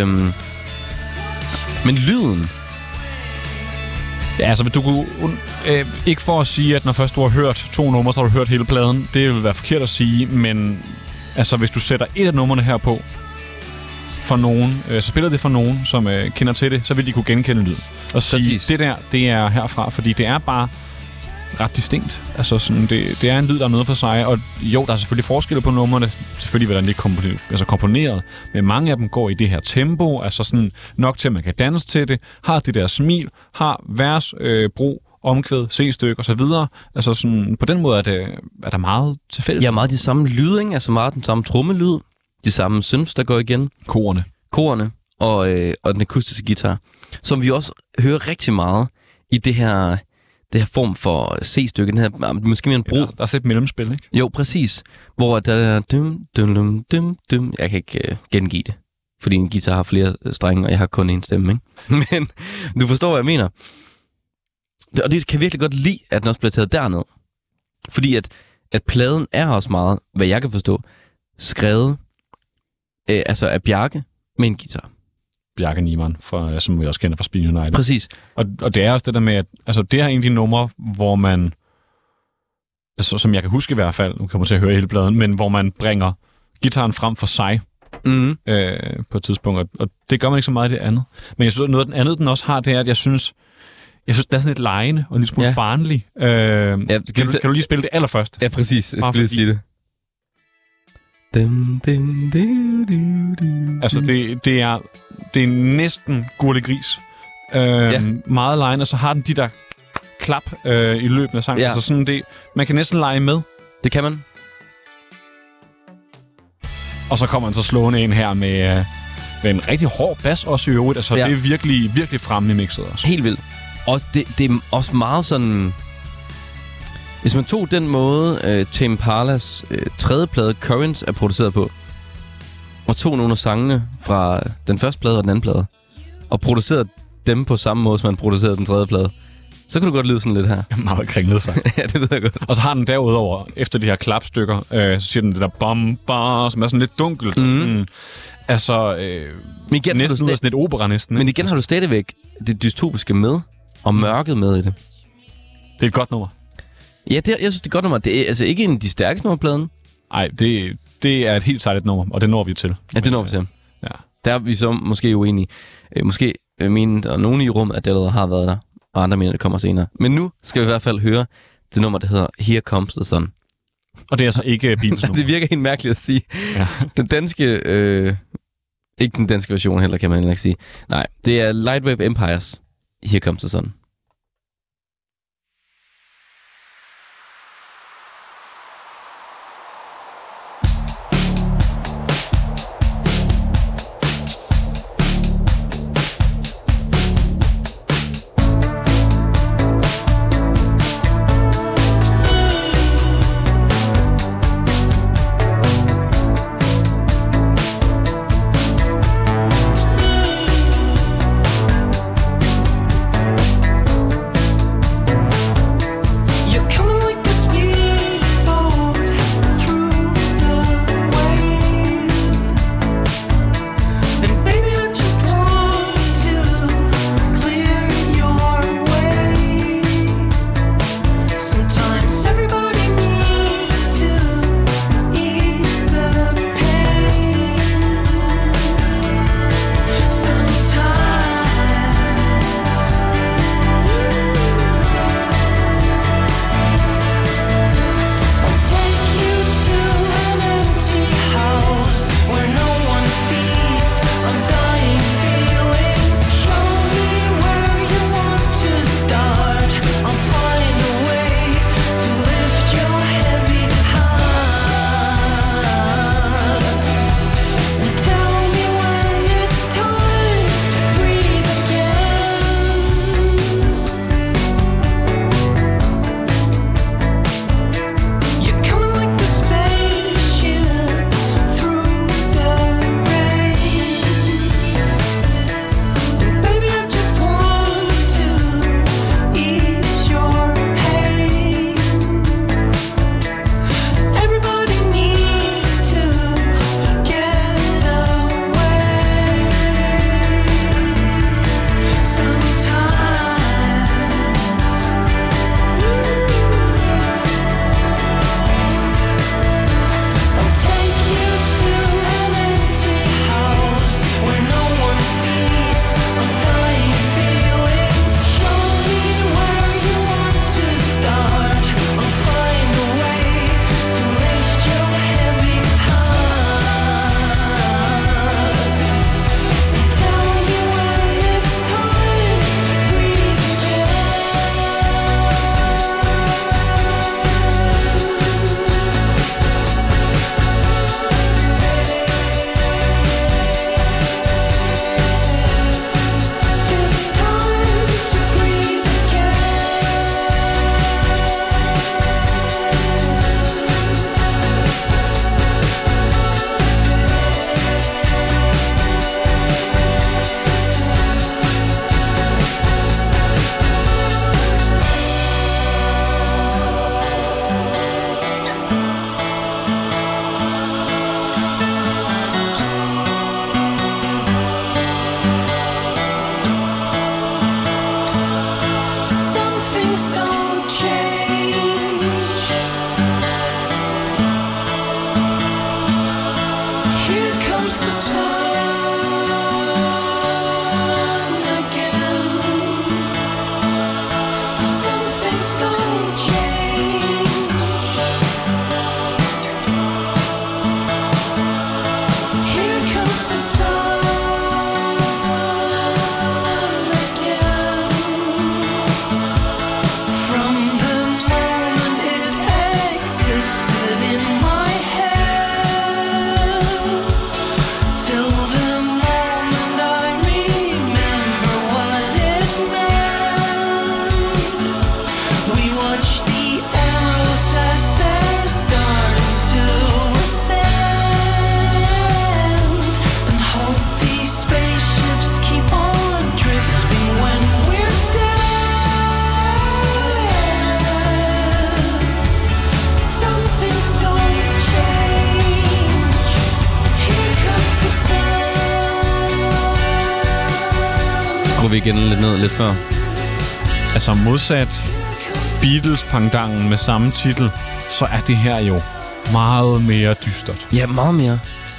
Men lyden... Ja, altså, du kunne... ikke for at sige, at når først du har hørt 2 numre, så har du hørt hele pladen. Det vil være forkert at sige, men... Altså, hvis du sætter et af numrene her på for nogen, så spiller det for nogen, som kender til det, så vil de kunne genkende lyden. Og sige, det der, det er herfra, fordi det er bare ret distinkt. Altså, sådan, det er en lyd, der er noget for sig, og jo, der er selvfølgelig forskelle på numrene, selvfølgelig hvordan det er komponeret, men mange af dem går i det her tempo, altså sådan nok til, at man kan danse til det, har det der smil, har vers, brug, omkvæd, C-stykke og så videre. Altså sådan, på den måde er der meget tilfældigt. Ja, meget de samme lyd, ikke? Altså meget den samme trommelyd, de samme synths, der går igen. Korene og den akustiske guitar, som vi også hører rigtig meget i det her form for C-stykke, den her, måske mere en bro. Ja, der er set et mellemspil, ikke? Jo, præcis. Hvor der er dum. Jeg kan ikke gengive det, fordi en guitar har flere strenge, og jeg har kun én stemme, ikke? Men du forstår, hvad jeg mener. Og det kan jeg virkelig godt lide, at den også bliver taget derned. Fordi at pladen er også meget, hvad jeg kan forstå, skrevet altså af Bjarke med en guitar. Bjarke Niemann, som vi også kender fra Spin United. Præcis. Og det er også det der med, at altså, det er en af de numre, hvor man, altså, som jeg kan huske i hvert fald, nu kommer jeg til at høre hele pladen, men hvor man bringer guitaren frem for sig på et tidspunkt, og det gør man ikke så meget i det andet. Men jeg synes, noget af den andet, den også har, det er, at jeg synes, det er sådan lidt legende og en lille smule barnlig. Kan du lige spille det allerførst? Ja, præcis. Jeg skal lige sige det. Altså, det er næsten Gurli Gris. Meget line, og så har den de der klap i løbet af sangen. Ja. Altså sådan man kan næsten lege med. Det kan man. Og så kommer han så slående ind her med en rigtig hård bas også i øvrigt. Altså, det er virkelig, virkelig fremme i mixet også. Helt vildt. Og det er også meget sådan... Hvis man tog den måde, Tame Impalas tredje plade, Currents, er produceret på, og tog nogle af sangene fra den første plade og den anden plade, og producerede dem på samme måde, som man producerede den tredje plade, så kunne det godt lyde sådan lidt her. Meget kringlet sig. Ja, det ved jeg godt. Og så har den derudover, efter de her klapstykker, så siger den det der bom, som er sådan lidt dunkelt. Sådan, altså, næsten ud af sådan et opera næsten. Men igen har du stadigvæk det dystopiske med, og mørket med i det. Det er et godt nummer. Ja, jeg synes, det er godt nummer. Det er altså ikke en af de stærkeste nummerpladen. Nej, det er et helt sejligt nummer, og det når vi til. Ja, det når vi til. Ja. Der er vi så måske uenige. Måske mener nogen i rummet, at det allerede har været der, og andre mener, det kommer senere. Men nu skal vi i hvert fald høre det nummer, der hedder Here Comes the Sun. Og det er altså ikke Beatles nummer. Det virker helt mærkeligt at sige. Ja. Den danske... ikke den danske version heller, kan man heller ikke sige. Nej, det er Lightwave Empires Here Comes the Sun. Skruer vi igen lidt ned lidt før. Altså modsat Beatles-pendanten med samme titel, så er det her jo meget mere dystert. Ja, meget mere.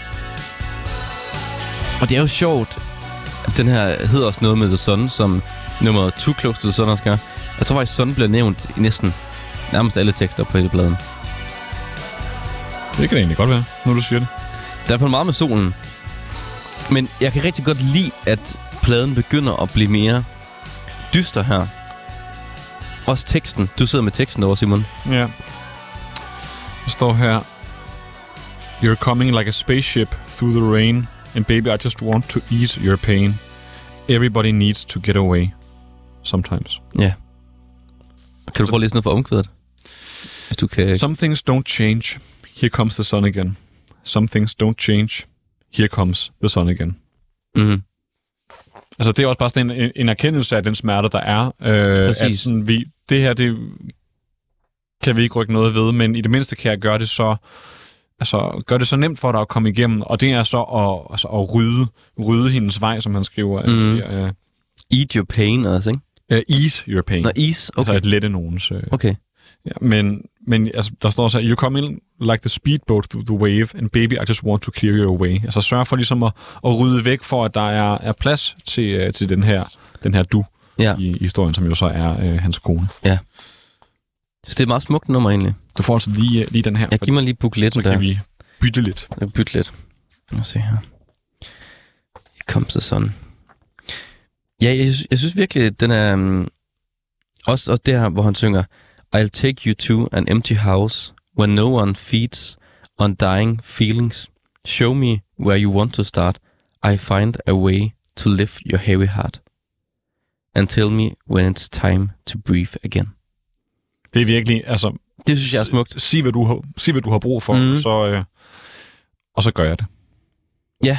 Og det er jo sjovt, at den her hedder også noget med The Sun, som nummer Too Close to the Sun også gør. Jeg tror faktisk, Sun bliver nævnt i næsten nærmest alle tekster på hele bladen. Det kan det egentlig godt være, nu du siger det. Der er for meget med solen. Men jeg kan rigtig godt lide, at pladen begynder at blive mere dyster her. Også teksten. Du sidder med teksten over, Simon. Ja. Der står her: You're coming like a spaceship through the rain, and baby, I just want to ease your pain. Everybody needs to get away. Sometimes. Ja. Kan du prøve at læse noget fra omkvædet? Hvis du kan... Some things don't change. Here comes the sun again. Some things don't change. Here comes the sun again. Mhm. Altså, det er også bare sådan en erkendelse af den smerte, der er. At sådan, det her, det kan vi ikke rykke noget ved, men i det mindste kan jeg gøre det så... Altså, gør det så nemt for dig at komme igennem, og det er så at rydde hendes vej, som han skriver. Siger, Eat your pain også, ikke? Ease your pain. Nå, ease, okay. Altså et lette nogens... Okay. Ja, men altså, der står så, you come in like the speedboat through the wave, and baby, I just want to clear you away. Altså sørg for ligesom at rydde væk, for at der er plads til den her du i historien, som jo så er hans kone. Ja. Så det er et meget smukt nummer egentlig. Du får altså lige den her. Jeg giver mig lige bukletten der. Så kan der. vi bytte lidt. Bytte lidt. Lad os se her. Kom så sådan. Ja, jeg synes virkelig, at den er... Også det her, hvor han synger, I'll take you to an empty house where no one feeds on dying feelings. Show me where you want to start. I find a way to lift your heavy heart. And tell me when it's time to breathe again. Det er virkelig, altså... Det synes jeg er smukt. Sig, hvad du har brug for, og så gør jeg det. Ja.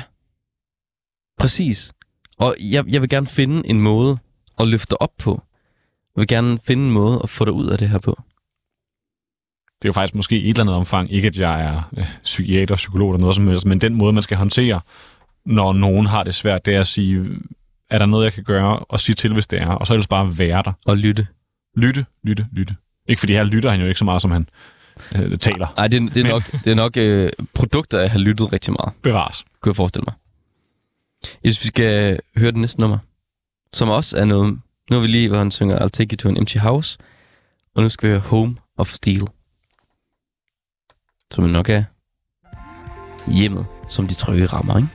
Præcis. Og jeg vil gerne finde en måde at løfte op på. Jeg vil gerne finde en måde at få dig ud af det her på. Det er jo faktisk måske i et eller andet omfang, ikke at jeg er psykiater, psykolog eller noget som helst, men den måde, man skal håndtere, når nogen har det svært, det er at sige, er der noget, jeg kan gøre, og sige til, hvis det er, og så ellers bare være der. Og lytte. Lytte. Ikke fordi her lytter han jo ikke så meget, som han taler. Nej, det er nok produkter af at have lyttet rigtig meget. Bevares. Kunne jeg forestille mig. Jeg synes, vi skal høre det næste nummer, som også er noget... Nu er vi lige, hvor han synger I'll take you to an empty house, og nu skal vi høre Home of Steel. Som nok er hjemmet, som de trygge rammer, ikke?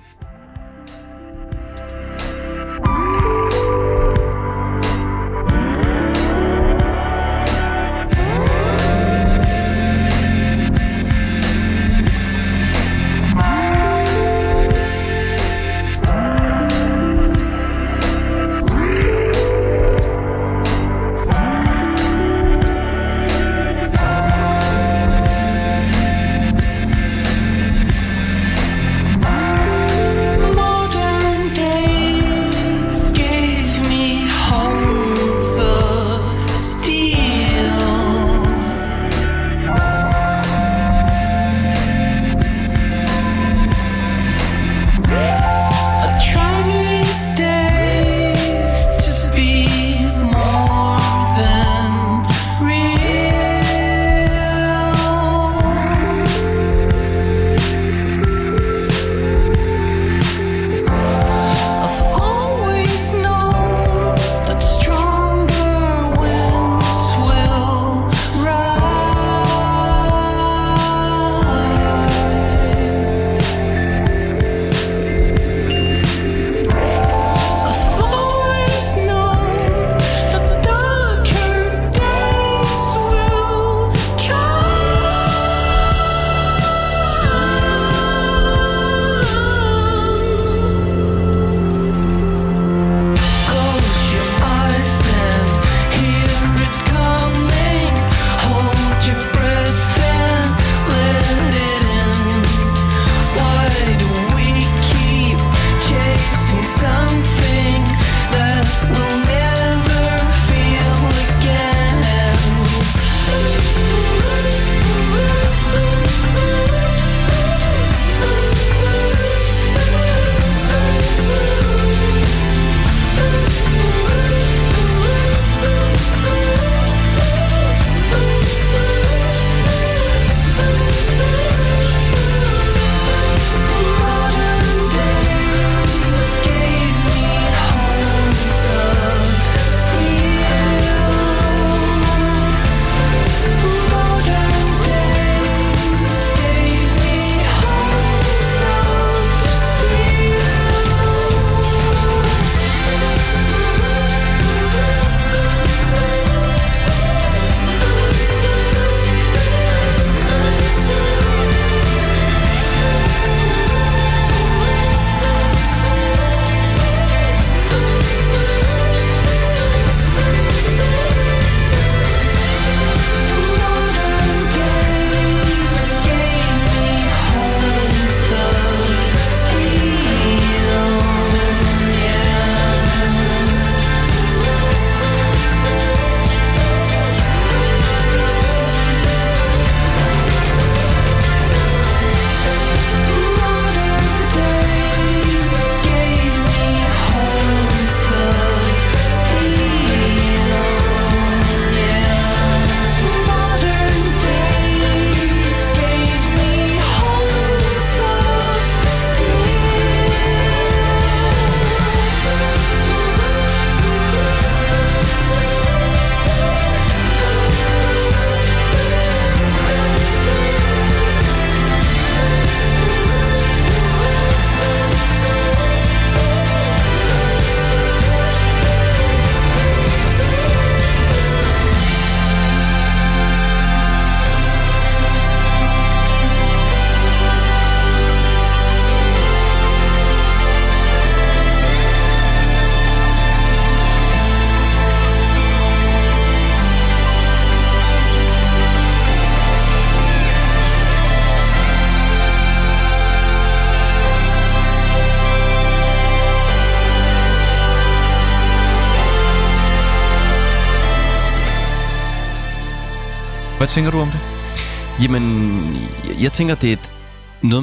Hvad tænker du om det? Jamen, jeg tænker, det er noget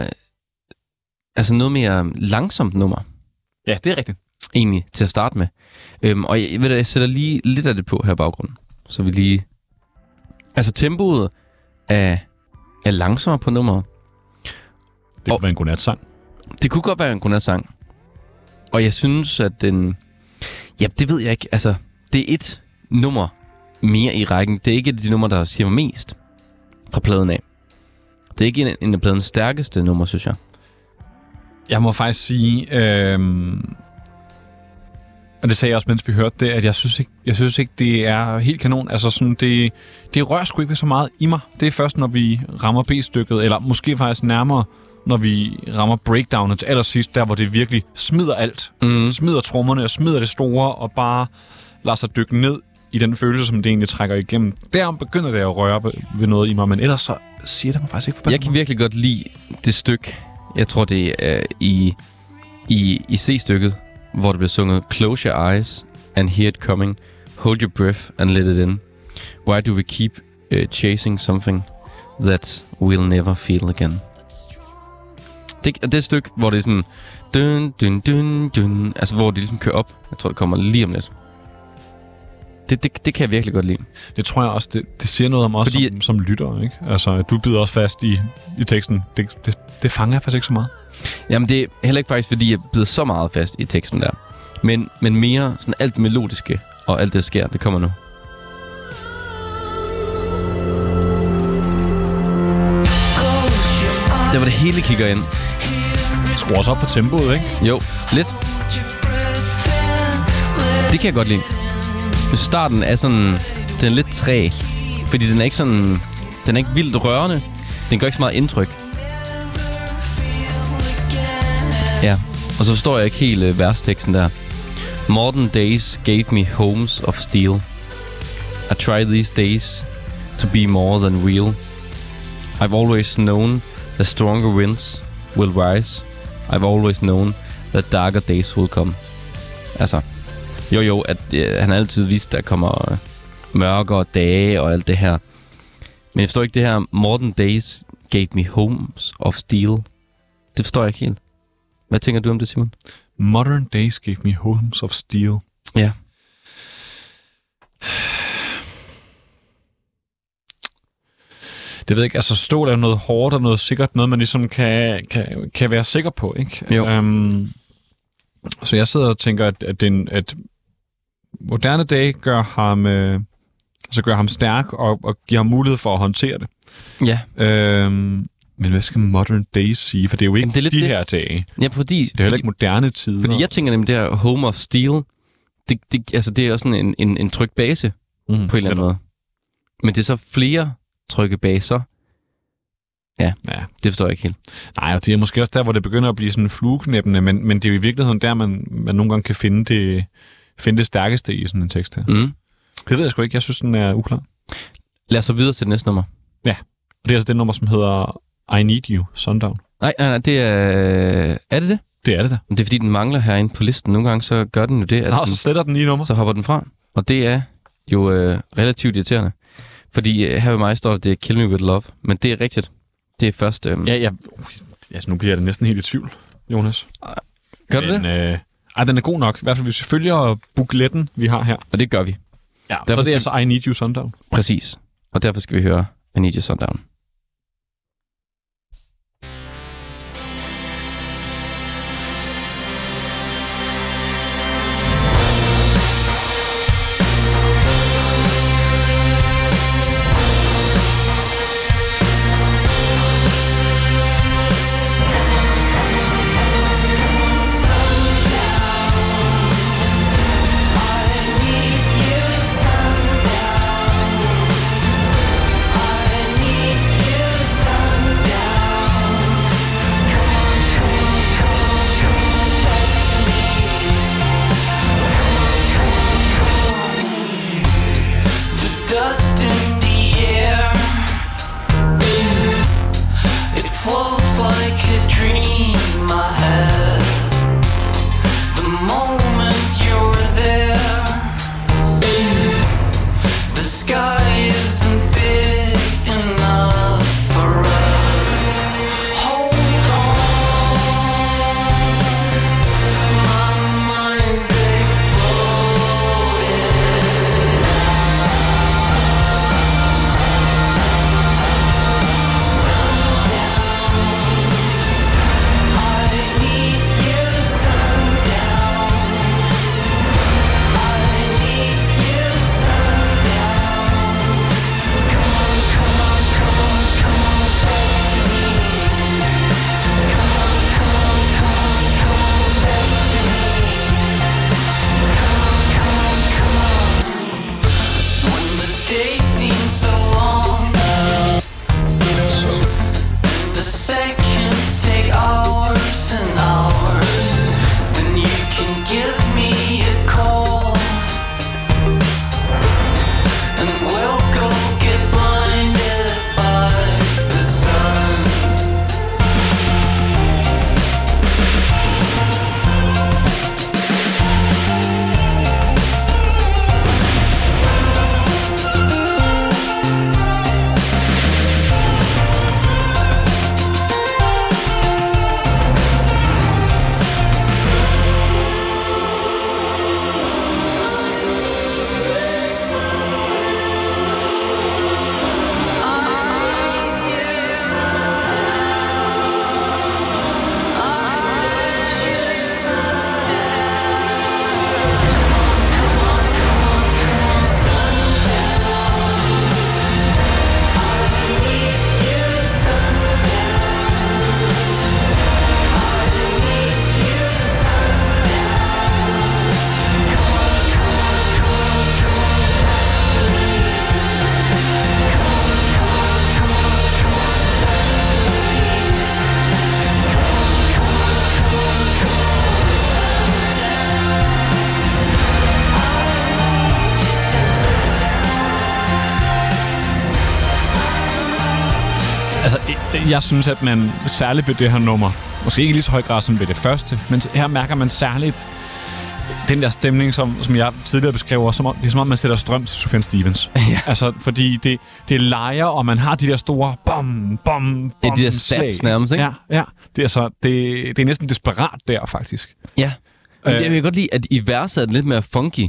mere langsomt nummer, Ja, det er rigtigt. egentlig, til at starte med. Og jeg sætter lige lidt af det på her i baggrunden. Så vi lige... Altså, tempoet er langsommere på nummeret. Det kunne være en godnatsang. Det kunne godt være en godnatsang. Og jeg synes, at den... Ja, det ved jeg ikke. Altså, det er et nummer mere i rækken. Det er ikke et af de numre, der siger mig mest fra pladen af. Det er ikke en af pladens stærkeste nummer, synes jeg. Jeg må faktisk sige, og det sagde jeg også, mens vi hørte det, at jeg synes ikke, det er helt kanon. Altså sådan, det rører sgu ikke så meget i mig. Det er først, når vi rammer B-stykket, eller måske faktisk nærmere, når vi rammer breakdownet til allersidst, der hvor det virkelig smider alt. Smider trommerne og smider det store, og bare lader sig dykke ned i den følelse, som det egentlig trækker igennem. Der begynder det at røre ved noget i mig, men ellers så siger det mig faktisk ikke på. Jeg kan virkelig godt lide det stykke. Jeg tror, det er i C-stykket, hvor det bliver sunget Close your eyes and hear it coming. Hold your breath and let it in. Why do we keep chasing something that we'll never feel again? Det er et stykke, hvor det er sådan... Dun, dun, dun, dun, altså, hvor det ligesom kører op. Jeg tror, det kommer lige om lidt. Det kan jeg virkelig godt lide. Det tror jeg også, det siger noget om os som lytter, ikke? Altså, du bider også fast i teksten. Det fanger jeg faktisk ikke så meget. Jamen, det er heller ikke faktisk, fordi jeg bider så meget fast i teksten der. Men mere sådan alt det melodiske og alt det, der sker, det kommer nu. Der var det hele kigger ind. Skruer os op på tempoet, ikke? Jo, lidt. Det kan jeg godt lide. Starten er sådan... Den er lidt træg. Fordi den er ikke sådan... Den er ikke vildt rørende. Den gør ikke så meget indtryk. Ja, og så forstår jeg ikke helt versteksten der. Modern days gave me homes of steel. I try these days to be more than real. I've always known that stronger winds will rise. I've always known that darker days will come. Altså, jo, at han har altid vidst, at der kommer mørkere dage og alt det her. Men jeg forstår ikke det her, modern days gave me homes of steel. Det forstår jeg ikke helt. Hvad tænker du om det, Simon? Modern days gave me homes of steel. Ja. Det ved jeg ikke, altså stål er noget hårdt og noget sikkert, noget man ligesom kan være sikker på, ikke? Jo. Så jeg sidder og tænker, at moderne dage gør ham stærk og giver ham mulighed for at håndtere det. Ja. Men hvad skal modern days sige? For det er jo ikke det er her dage. Ja, fordi... Det er heller ikke moderne tider. Fordi jeg tænker nemlig, det her home of steel, det er også sådan en tryg base på en eller anden måde. Men det er så flere trygge baser. Ja, det forstår jeg ikke helt. Nej, og det er måske også der, hvor det begynder at blive sådan flueknæppende, men det er jo i virkeligheden der, man nogle gange kan finde det stærkeste i sådan en tekst her. Det ved jeg sgu ikke. Jeg synes, den er uklar. Lad os så videre til det næste nummer. Ja, og det er altså det nummer, som hedder I Need You, Sundown. Nej, det er... Er det det? Det er det da. Det er fordi, den mangler herinde på listen. Nogle gange så gør den jo det, at så sletter den i nummer. Så hopper den fra. Og det er jo relativt irriterende. Fordi her ved mig står der, det er Kill Me With Love. Men det er rigtigt. Det er først... Altså, nu bliver jeg næsten helt i tvivl, Jonas. Gør du det? Den er god nok. I hvert fald, hvis vi følger bookletten, vi har her. Og det gør vi. Ja, derfor det er altså I Need You, Sundown. Præcis. Og derfor skal vi høre I Need You, Sundown. Sky isn't big. Jeg synes, at man særligt ved det her nummer, måske ikke lige så høj grad som ved det første, men her mærker man særligt den der stemning, som jeg tidligere beskrev, det er som om, man sætter strøm til Sufjan Stevens. Ja. Altså, fordi det leger, og man har de der store bom, bom, Ja, bom, de der slag. stabs nærmest, ikke? Ja. Det er næsten desperat der, faktisk. Ja. Jeg kan godt lide, at i verset er det lidt mere funky.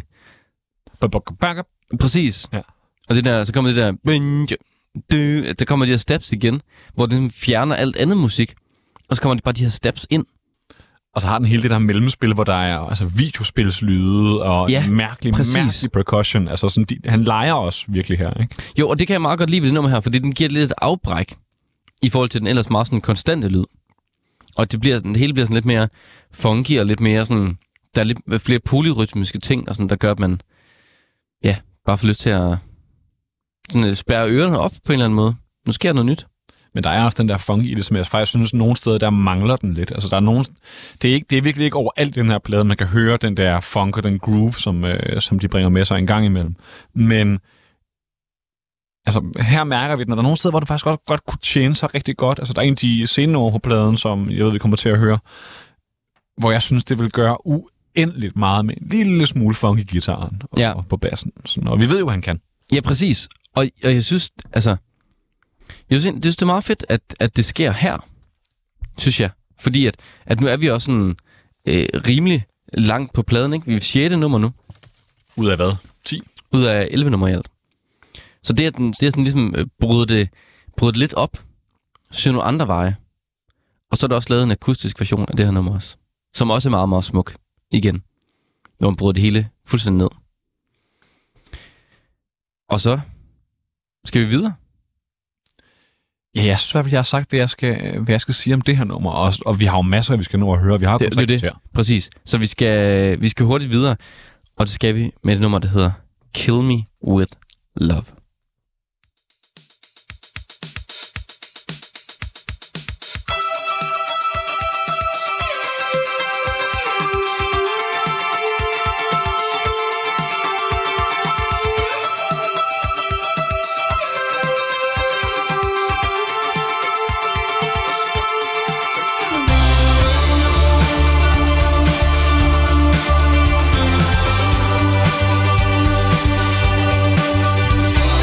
Præcis. Ja. Og det der, så kommer det der... Der kommer de her steps igen, hvor det fjerner alt andet musik. Og så kommer de bare de her steps ind. Og så har den hele det der mellemspil, hvor der er altså videospilslyde og mærkelig percussion. Altså sådan, han leger også virkelig her, ikke? Jo, og det kan jeg meget godt lide ved det nummer her, fordi den giver lidt et afbræk i forhold til den ellers meget sådan konstante lyd. Og det hele bliver sådan lidt mere funky og lidt mere sådan... Der er lidt flere polyrytmiske ting, og sådan, der gør, at man bare får lyst til at sådan, spærre ørerne op på en eller anden måde. Nu sker der noget nyt. Men der er også den der funk i det, som jeg faktisk synes, nogle steder, der mangler den lidt. Altså, der er nogen... Det er virkelig ikke overalt den her plade, man kan høre den der funk og den groove, som de bringer med sig en gang imellem. Men altså, her mærker vi den, og der er nogle steder, hvor det faktisk også godt kunne tjene sig rigtig godt. Altså, der er en af de scener på pladen, som jeg ved, vi kommer til at høre, hvor jeg synes, det vil gøre uendeligt meget med en lille smule funk i guitaren og på bassen. Sådan, og vi ved jo, hvad han kan. Ja, præcis. Og jeg synes, altså... Jeg synes, det er meget fedt, at det sker her, synes jeg. Fordi at nu er vi også sådan rimelig langt på pladen, ikke? Vi er 6. nummer nu. Ud af hvad? 10? Ud af 11 nummer i alt. Så det er sådan ligesom brydet det lidt op, synes nogle andre veje. Og så er der også lavet en akustisk version af det her nummer også, som også er meget, meget smuk igen, når man bryder det hele fuldstændig ned. Og så skal vi videre. Ja, jeg synes i hvert fald, jeg har sagt, hvad jeg skal sige om det her nummer. Og vi har jo masser, vi skal nå at høre. Vi har det. Præcis. Så vi skal hurtigt videre. Og det skal vi med det nummer, der hedder Kill Me With Love. Kill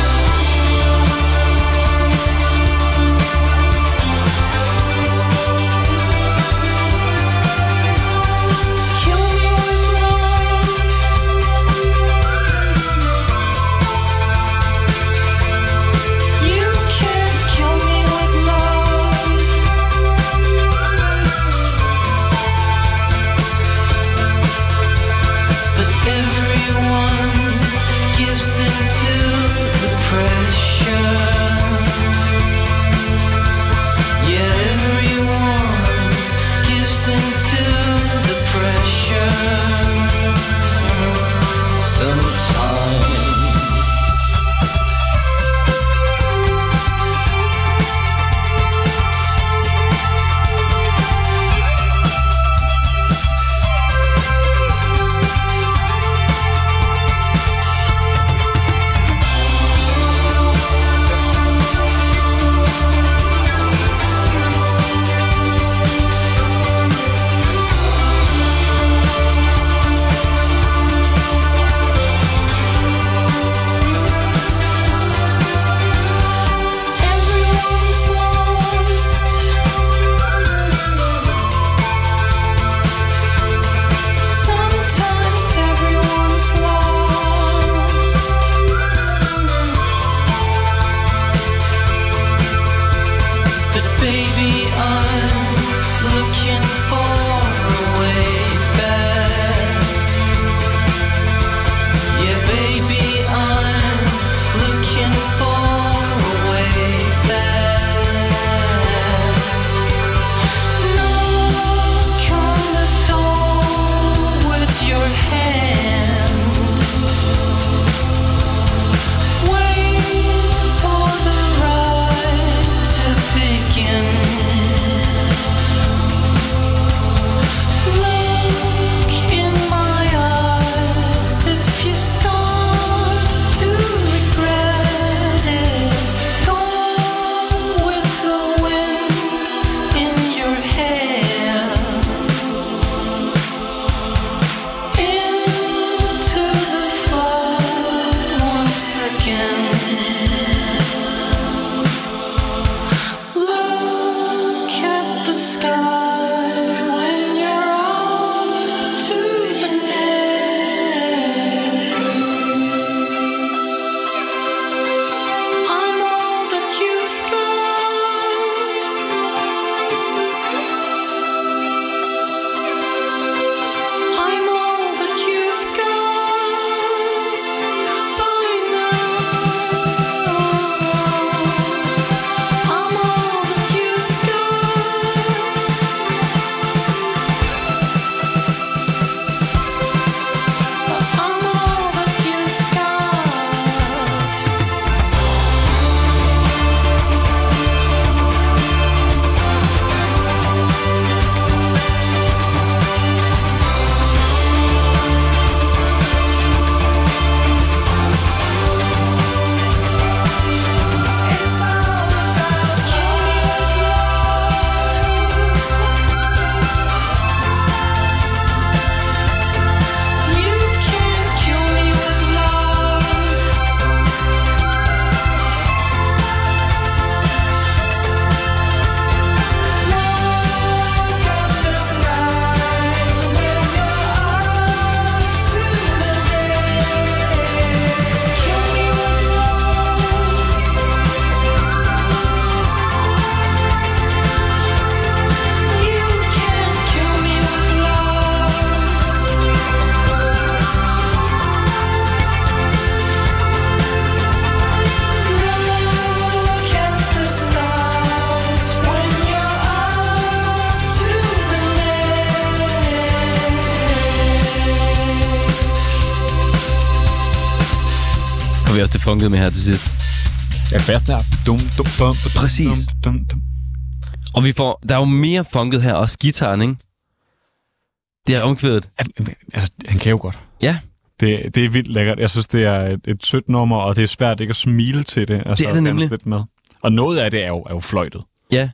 vi også det funkede med her til sidst. Ja, bassen er... Præcis. Og der er jo mere funket her, også gitaren, ikke? Det er omkvædet. Altså, han kan jo godt. Ja. Det er vildt lækkert. Jeg synes, det er et sødt nummer, og det er svært ikke at smile til det. Altså, det er det nemlig. Lidt med. Og noget af det er jo fløjtet. Ja.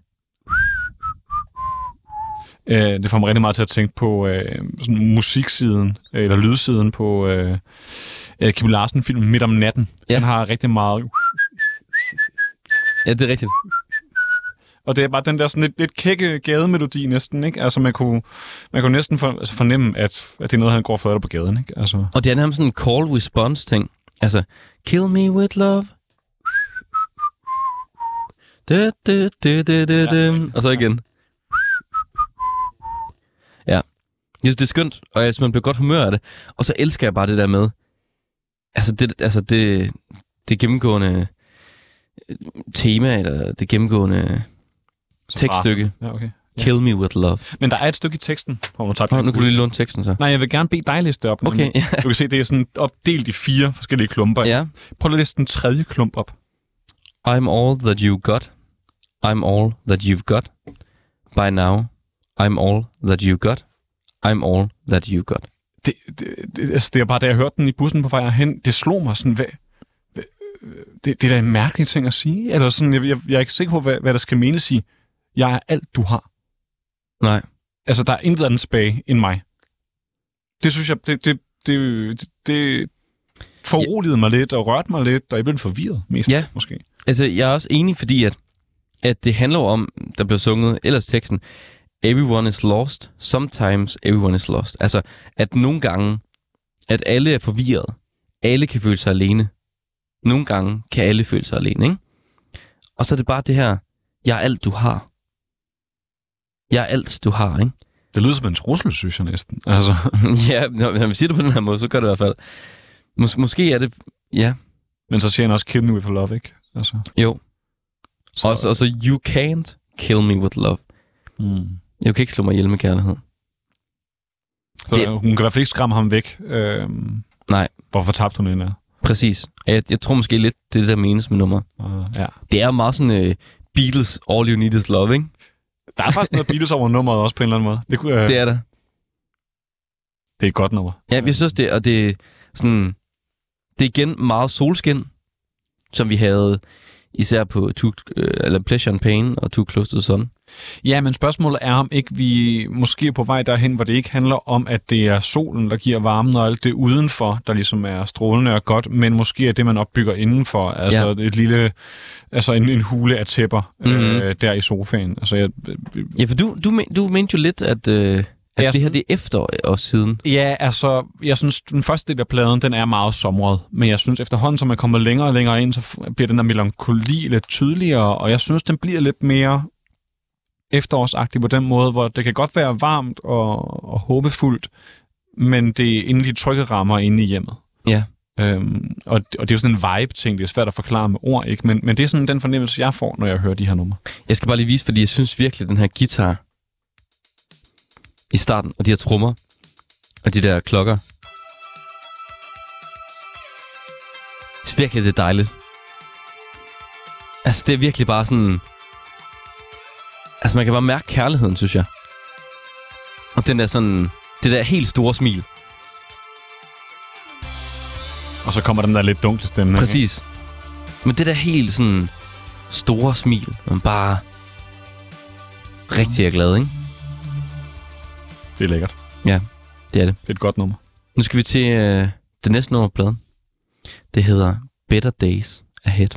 Det får mig rigtig meget til at tænke på sådan musiksiden, eller lydsiden på Kim Larsen-filmen Midt om natten. Ja. Han har rigtig meget... Ja, det er rigtigt. Og det er bare den der sådan lidt kække gademelodi næsten, ikke? Altså man kunne næsten fornemme, at det er noget, han går og fløjter på gaden, ikke? Altså. Og det er nærmest sådan en call-response-ting. Altså, kill me with love. Ja. Og så igen. Ja. Jeg synes, det er skønt, og jeg simpelthen bliver godt humør af det. Og så elsker jeg bare det der med, det gennemgående tema, eller det gennemgående tekststykke. Ja, okay. Ja. Kill me with love. Men der er et stykke i teksten. Nu kan du lige låne teksten så. Nej, jeg vil gerne bede dig læse det op. Okay, ja. Du kan se, det er sådan opdelt i 4 forskellige klumper. Ja. Prøv at læse den 3. klump op. I'm all that you got. I'm all that you've got. By now, I'm all that you got. I'm all that you got. Det er bare, da jeg hørte den i bussen på vej hen, det slog mig sådan, det er da en mærkelig ting at sige. Eller sådan, jeg er ikke sikker på, hvad der skal menes i. Jeg er alt, du har. Nej. Altså, der er intet andet tilbage end mig. Det synes jeg, det foruroligede mig lidt, og rørte mig lidt, og jeg blev forvirret mest, måske. Altså, jeg er også enig, fordi at det handler om, der bliver sunget, ellers teksten, everyone is lost, sometimes everyone is lost. Altså, at nogle gange, at alle er forvirret. Alle kan føle sig alene. Nogle gange kan alle føle sig alene, ikke? Og så er det bare det her, jeg er alt, du har. Jeg er alt, du har, ikke? Det lyder som en trussel, synes jeg næsten. Altså. Ja, når vi siger det på den her måde, så gør det i hvert fald. Måske er det, ja. Men så siger han også, kill me with love, ikke? Altså. Jo. Og så you can't kill me with love. Jeg kan ikke slå mig ihjel med kærlighed. Så hun kan i hvert fald ikke skræmme ham væk. Nej. Hvorfor tabte hun hende? Præcis. Jeg tror måske lidt, det der menes med nummer. Ja. Det er meget sådan Beatles, All You Need Is Love, ikke? Der er faktisk noget Beatles over nummeret også på en eller anden måde. Det er der. Det er et godt nummer. Ja, jeg synes det, og det er sådan... Det er igen meget solskin, som vi havde især på Pleasure and Pain og Too Close to the Sun. Ja, men spørgsmålet er, om ikke vi måske er på vej derhen, hvor det ikke handler om, at det er solen, der giver varmen, og alt det udenfor, der ligesom er strålende og godt, men måske er det, man opbygger indenfor, altså et lille, altså en hule af tæpper der i sofaen. Altså, ja, for du mente jo lidt, at det her det er efter og siden. Ja, altså, jeg synes, den første del af pladen, den er meget somret, men jeg synes, efterhånden, som man kommer længere og længere ind, så bliver den der melankoli lidt tydeligere, og jeg synes, den bliver lidt mere efterårsagtig på den måde, hvor det kan godt være varmt og håbefuldt, men det er inde i de trygge rammer inde i hjemmet. Ja. Og det er jo sådan en vibe-ting, det er svært at forklare med ord, ikke? Men det er sådan den fornemmelse, jeg får, når jeg hører de her numre. Jeg skal bare lige vise, fordi jeg synes virkelig, den her guitar i starten, og de her trommer, og de der klokker, jeg synes virkelig, det er dejligt. Altså, det er virkelig bare sådan... Altså, man kan bare mærke kærligheden, synes jeg. Og den der sådan... Det der helt store smil. Og så kommer den der lidt dunkle stemning. Præcis. Men det der helt sådan... store smil, man bare... rigtig er glad, ikke? Det er lækkert. Ja, det er det. Det er et godt nummer. Nu skal vi til det næste nummer på pladen. Det hedder Better Days Ahead.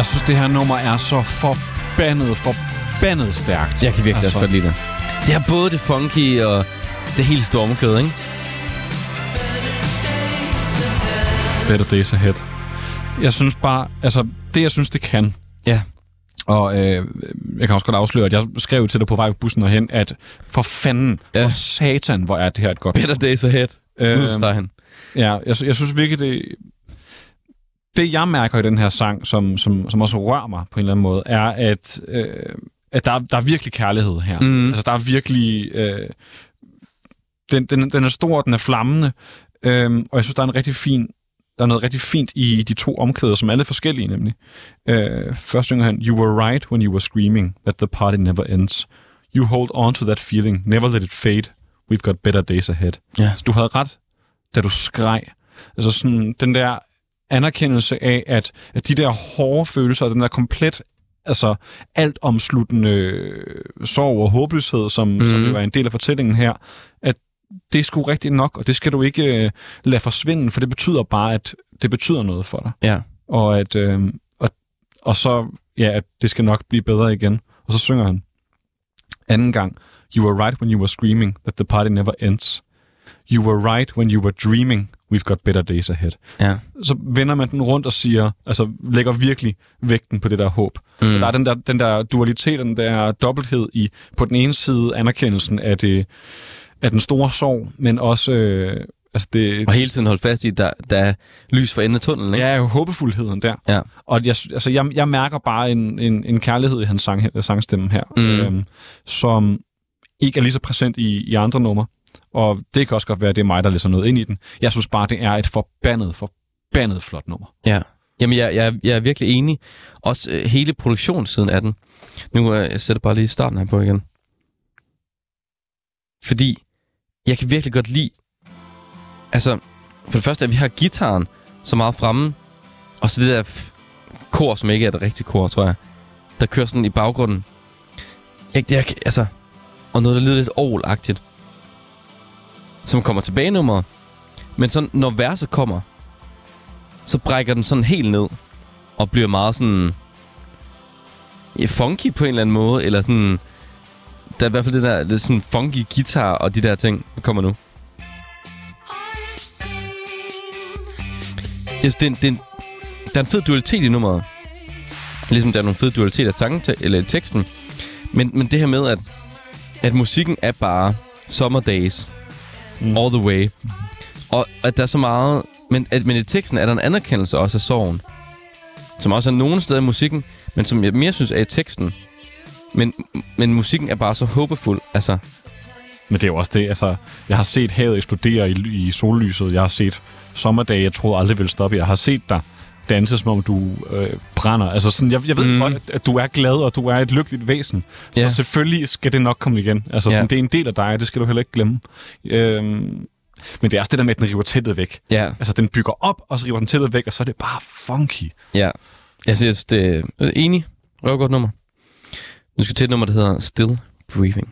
Jeg synes, det her nummer er så forbandet stærkt. Jeg kan virkelig også godt lide det. Det er både det funky og det helt stormkød, ikke? Better Days Ahead. Jeg synes bare, altså det jeg synes, det kan. Ja. Og jeg kan også godt afsløre, at jeg skrev til dig på vej på bussen herhen, at for fanden, for satan, hvor er det her et godt. Better Days Ahead. Han. Ja, jeg synes virkelig, det jeg mærker i den her sang, som også rører mig på en eller anden måde, er, at der er virkelig kærlighed her. Altså, der er virkelig... Den er stor, den er flammende, og jeg synes, der er noget rigtig fint i de to omkvæder, som alle er forskellige, nemlig. Først synger han, You were right when you were screaming that the party never ends. You hold on to that feeling, never let it fade. We've got better days ahead. Ja. Så du havde ret, da du skreg. Altså sådan, den der anerkendelse af, at de der hårde følelser, den der komplet, altså altomsluttende sorg og håbløshed, som jo er en del af fortællingen her, at det er sgu rigtigt nok, og det skal du ikke lade forsvinde, for det betyder bare, at det betyder noget for dig. Ja. Og at og så, ja, at det skal nok blive bedre igen. Og så synger han anden gang, You were right when you were screaming that the party never ends. You were right when you were dreaming we've got better days ahead. Ja. Så vender man den rundt og siger, altså lægger virkelig vægten på det der håb. Og der er den der dualitet, den der dobbelthed i på den ene side anerkendelsen af den store sorg, men også altså det. Og hele tiden holde fast i, der er lys for enden af tunnelen, ikke? Ja, jo håbefuldheden der. Ja. Og jeg mærker bare en kærlighed i hans sangstemme her, som ikke er lige så præsent i andre numre. Og det kan også godt være, at det er mig, der læser noget ind i den. Jeg synes bare, det er et forbandet flot nummer. Ja. Jamen, jeg er virkelig enig. Også hele produktionssiden af den. Nu jeg sætter bare lige starten her på igen. Fordi jeg kan virkelig godt lide... Altså, for det første, at vi har gitaren så meget fremme, og så det der kor, som ikke er et rigtigt kor, tror jeg, der kører sådan i baggrunden. Altså, og noget, der lyder lidt orgelagtigt, som kommer tilbage nummeret. Men så når verset kommer, så brækker den sådan helt ned, og bliver meget sådan... funky på en eller anden måde, eller sådan... Der er i hvert fald det sådan funky guitar og de der ting, der kommer nu. Yes, der er en fed dualitet i nummeret. Ligesom der er nogle fede dualitet af sangen eller teksten. Men det her med, at musikken er bare summer days. All the way. Og at der er så meget... Men i teksten er der en anerkendelse også af sorgen. Som også er nogle steder i musikken, men som jeg mere synes er i teksten. Men musikken er bare så håbefuld, altså. Men det er jo også det, altså... Jeg har set havet eksplodere i sollyset. Jeg har set sommerdage, jeg troede aldrig ville stoppe. Jeg har set dig danse, som om du brænder. Altså sådan, jeg ved godt, at du er glad, og du er et lykkeligt væsen. Så selvfølgelig skal det nok komme igen. Altså sådan, det er en del af dig, det skal du heller ikke glemme. Men det er også det der med, at den river tæppet væk. Ja. Altså, den bygger op, og så river den tæppet væk, og så er det bare funky. Ja. Jeg synes, det er enig. Røvgodt nummer. Nu skal vi til et nummer, der hedder Still Breathing.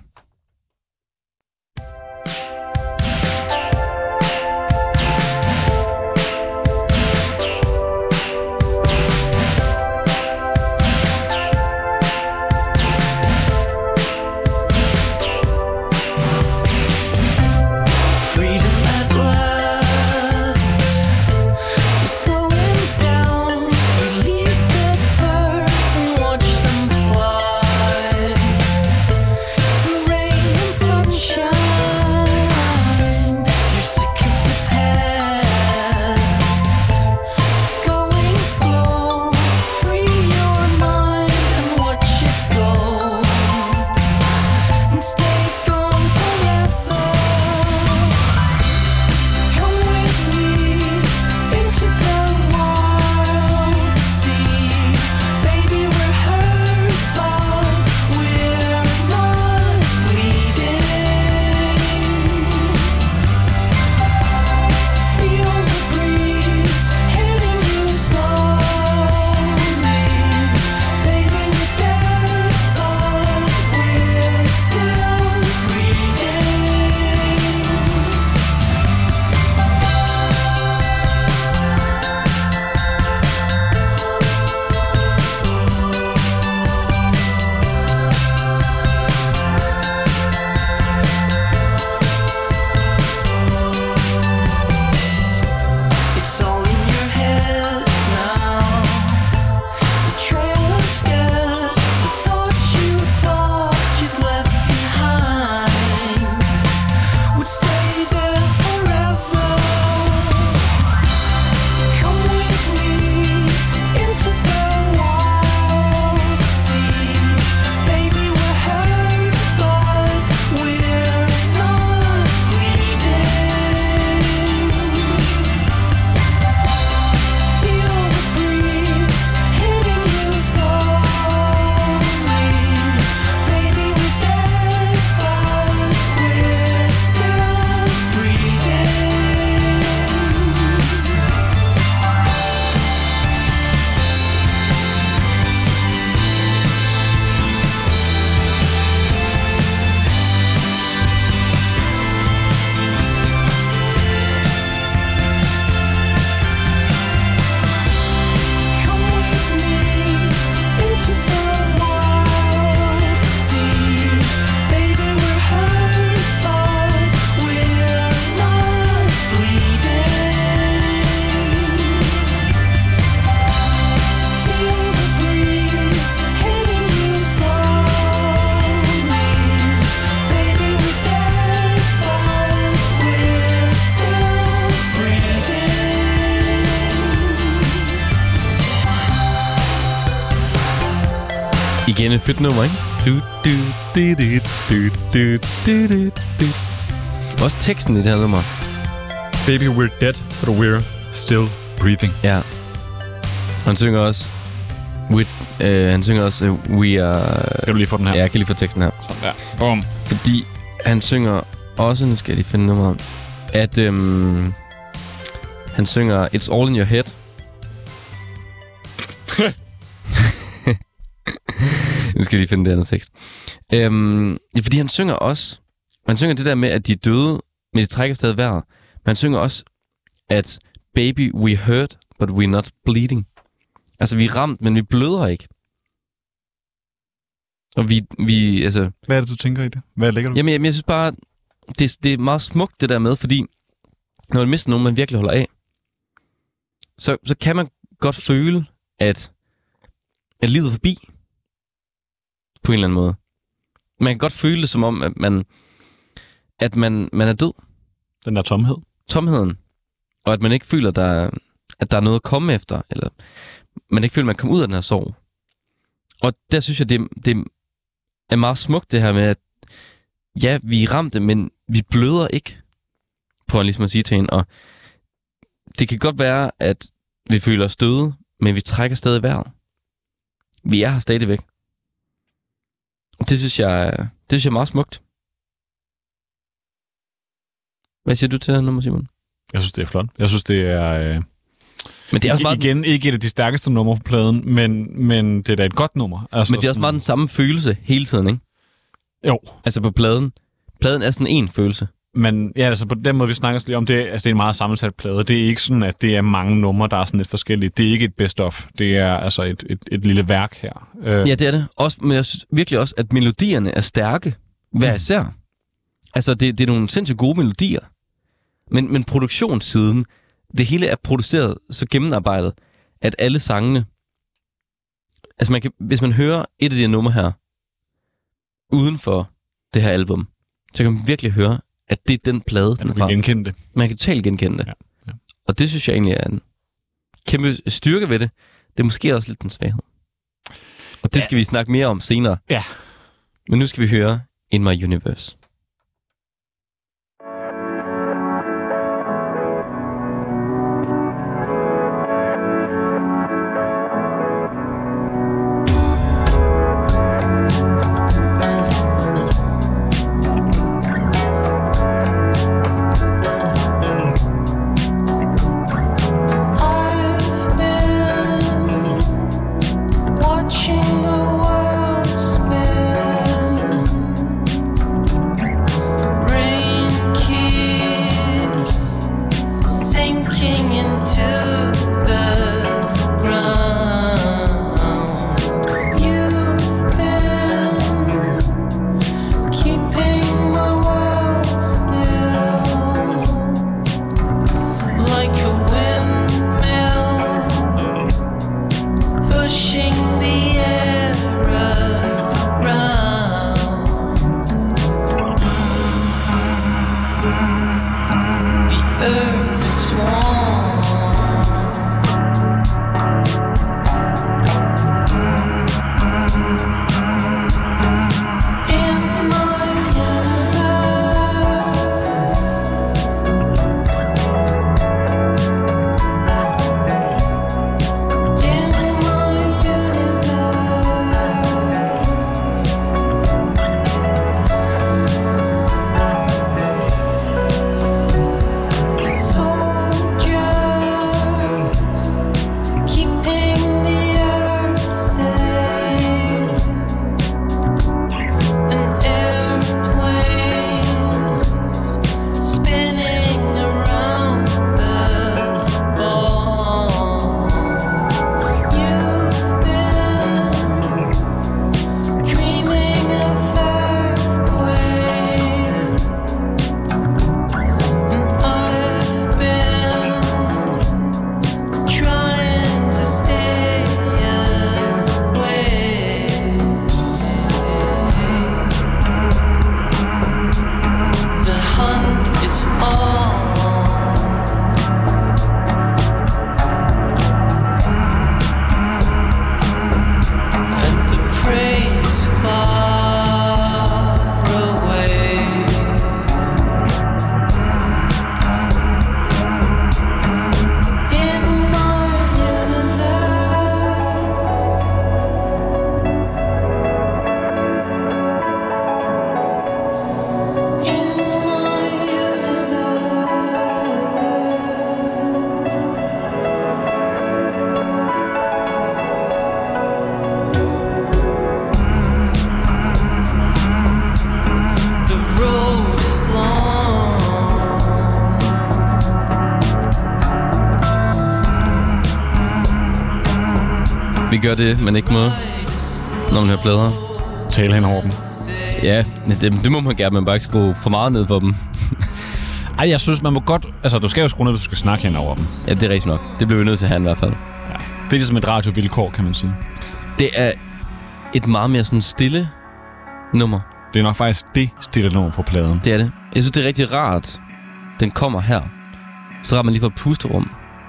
Release the birds and watch them fly. Igen et fedt nummer, ikke? Også teksten i det her nummer. Baby, we're dead, but we're still breathing. Ja. Han synger også... We are... Skal du lige få den her? Ja, jeg kan lige få teksten her. Sådan der. Boom. Fordi han synger også... Nu skal jeg lige finde nummeret. At han synger It's all in your head. Nu skal jeg lige finde det andet tekst. Fordi han synger også... Han synger det der med, at de er døde, men de trækker stadig vejret. Men han synger også, at baby, we hurt, but we're not bleeding. Altså, vi er ramt, men vi bløder ikke. Og vi altså... Hvad er det, du tænker i det? Hvad lægger du? Jamen, jeg synes bare, det er meget smukt, det der med, fordi når man mister nogen, man virkelig holder af, så kan man godt føle, at livet er forbi. På en eller anden måde. Man kan godt føle det som om, at man er død. Den der tomhed. Tomheden. Og at man ikke føler, at der er noget at komme efter, eller man ikke føler, at man kommer ud af den her sorg. Og der synes jeg, det er meget smukt det her med, at ja, vi er ramte, men vi bløder ikke, på at ligesom at sige til hende. Og det kan godt være, at vi føler os døde, men vi trækker stadig vejret. Vi er her stadigvæk. Det synes jeg er meget smukt. Hvad siger du til det nummer, Simon? Jeg synes, det er flot. Jeg synes, det er... Men det er også meget... Igen, ikke et af de stærkeste numre på pladen, men det er da et godt nummer. Altså, men det er også meget den samme følelse hele tiden, ikke? Jo. Altså på pladen. Pladen er sådan en følelse. Men ja, altså på den måde, vi snakker lige om det, altså det er en meget sammensat plade. Det er ikke sådan, at det er mange numre, der er sådan lidt forskellige. Det er ikke et best-of. Det er altså et lille værk her. Ja, det er det. Også, men jeg synes virkelig også, at melodierne er stærke. Hver især. Altså, det er nogle sindssygt gode melodier. Men produktionssiden, det hele er produceret så gennemarbejdet, at alle sangene... Altså, hvis man hører et af de her numre her, uden for det her album, så kan man virkelig høre, at det er den plade, den er fra. Man kan genkende det. Man kan totalt genkende det. Ja. Og det synes jeg egentlig er en kæmpe styrke ved det. Det er måske også lidt en svaghed. Og det skal vi snakke mere om senere. Ja. Men nu skal vi høre In My Universe. I've been watching the world spin. gør det, man ikke må, når man hører plader. Tale hen over dem. Ja, det må man gerne, men bare ikke skrue for meget ned for dem. Ej, jeg synes, man må godt... Altså, du skal jo skrue ned, hvis du skal snakke hen over dem. Ja, det er rigtigt nok. Det bliver vi nødt til at have i hvert fald. Ja. Det er ligesom et radiovilkår, kan man sige. Det er et meget mere sådan stille nummer. Det er nok faktisk det stille nummer på pladen. Det er det. Jeg synes, det er rigtig rart. Den kommer her. Så rart man lige får et pusterum.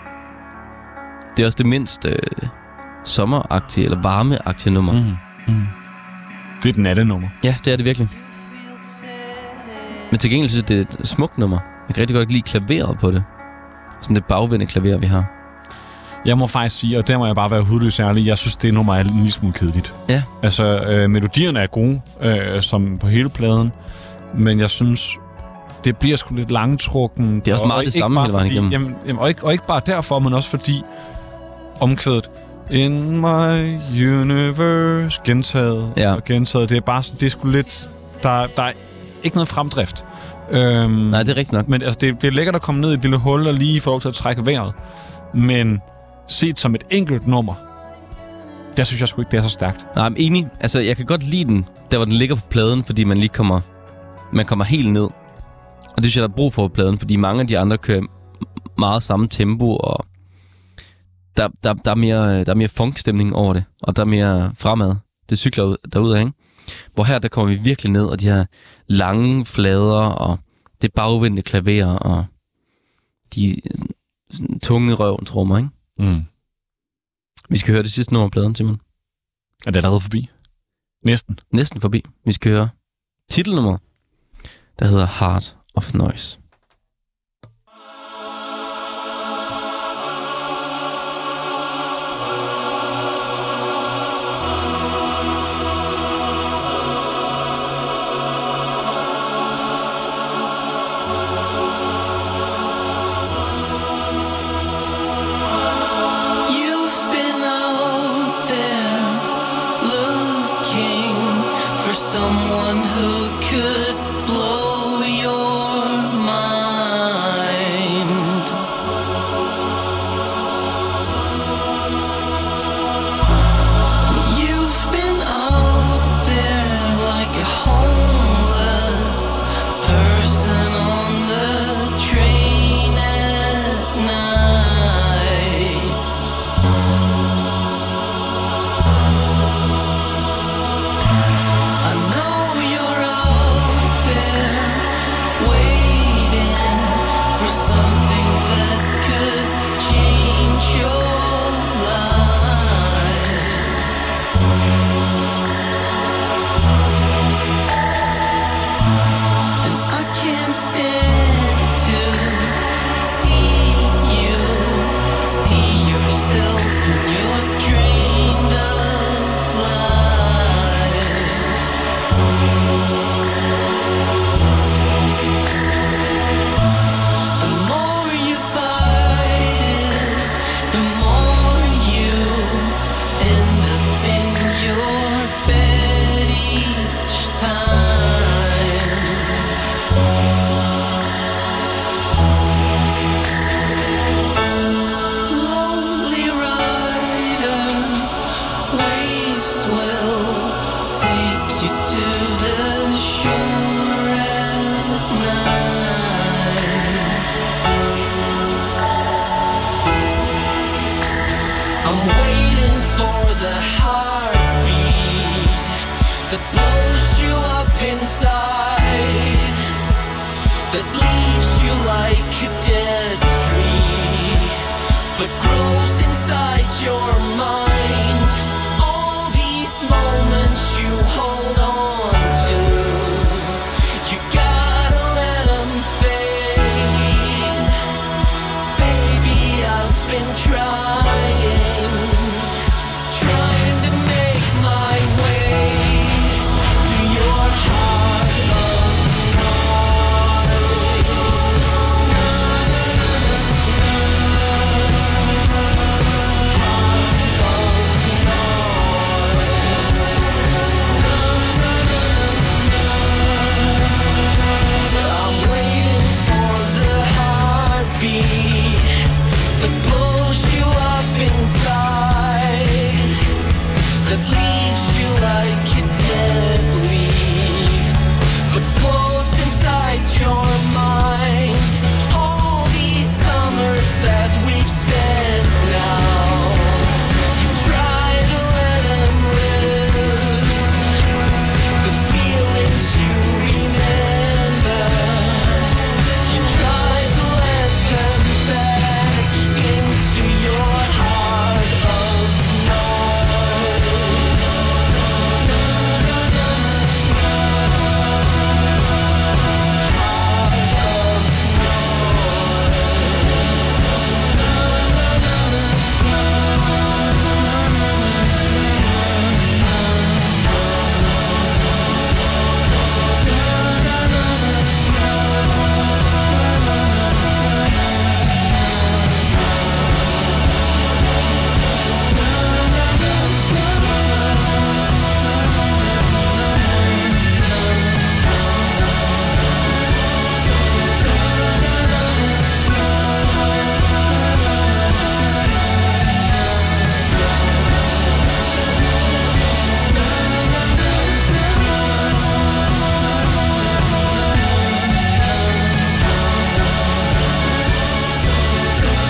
Det er også det mindst sommeragtige eller varmeagtige nummer. Det er et nattenummer. Ja, det er det virkelig. Men til gengæld synes jeg, det er et smukt nummer. Jeg kan rigtig godt lide klaveret på det. Sådan det bagvendte klaver, vi har. Jeg må faktisk sige, og der må jeg bare være hudløs ærlig, jeg synes, det nummer er en lille smule kedeligt. Ja. Altså, melodierne er gode, som på hele pladen, men jeg synes, det bliver sgu lidt langtrukken. Det er også meget det samme hele vejen igennem. Jamen, og ikke bare derfor, men også fordi omkvædet In my universe gentaget og gentaget. Det er bare sådan, det er sgu lidt... Der er ikke noget fremdrift. Nej, det er rigtigt nok. Men altså, det er lækkert at komme ned i et lille hul og lige få lov til at trække vejret. Men set som et enkelt nummer, der synes jeg sgu ikke, det er så stærkt. Nej, men enig. Altså, jeg kan godt lide den, der hvor den ligger på pladen, fordi man lige kommer helt ned. Og det synes jeg, der er brug for pladen, fordi mange af de andre kører meget samme tempo, og der er mere funkstemning over det, og der er mere fremad. Det cykler derudad, ikke? Hvor her, der kommer vi virkelig ned, og de her lange flader, og det bagvendte klaver, og de tunge røventrummer, ikke? Mm. Vi skal høre det sidste nummer af pladen, Simon. Er det allerede forbi? Næsten forbi. Vi skal høre titelnummer, der hedder Heart of Noise. Someone who could blow your mind.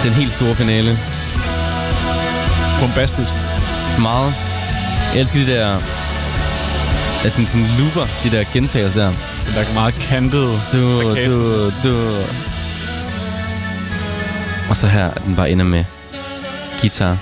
Den helt store finale. Bombastisk. Meget. Jeg elsker de der... At den sådan looper, de der gentagelser der. Den der meget kantede. Du. Og så her, at den bare ender med guitar.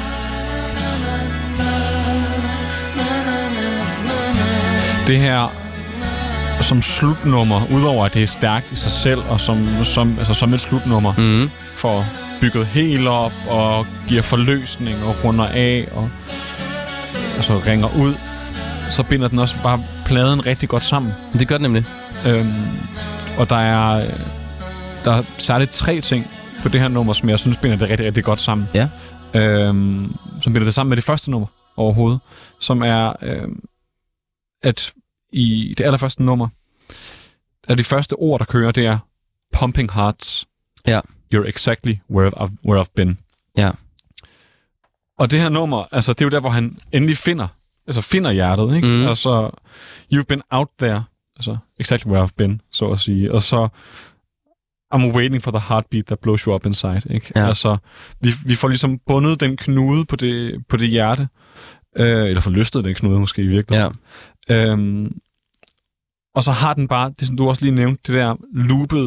Det her som slutnummer, udover at det er stærkt i sig selv, og som et slutnummer, for bygget helt op, og giver forløsning, og runder af, og altså ringer ud, så binder den også bare pladen rigtig godt sammen. Det gør den nemlig. Og der er særligt 3 ting på det her nummer, som jeg synes binder det rigtig, rigtig godt sammen. Ja. Som binder det sammen med det første nummer overhovedet, som er, at i det allerførste nummer, er de første ord, der kører, det er Pumping Hearts. Ja. You're exactly where I've been. Ja. Og det her nummer, altså det er jo der, hvor han endelig finder hjertet, ikke? Altså, you've been out there, altså exactly where I've been, så at sige. Og så, I'm waiting for the heartbeat that blows you up inside, ikke? Ja. Altså, vi får ligesom bundet den knude på det hjerte, eller får løstet den knude måske i virkeligheden. Ja. Og så har den bare, det som du også lige nævnte, det der loopede,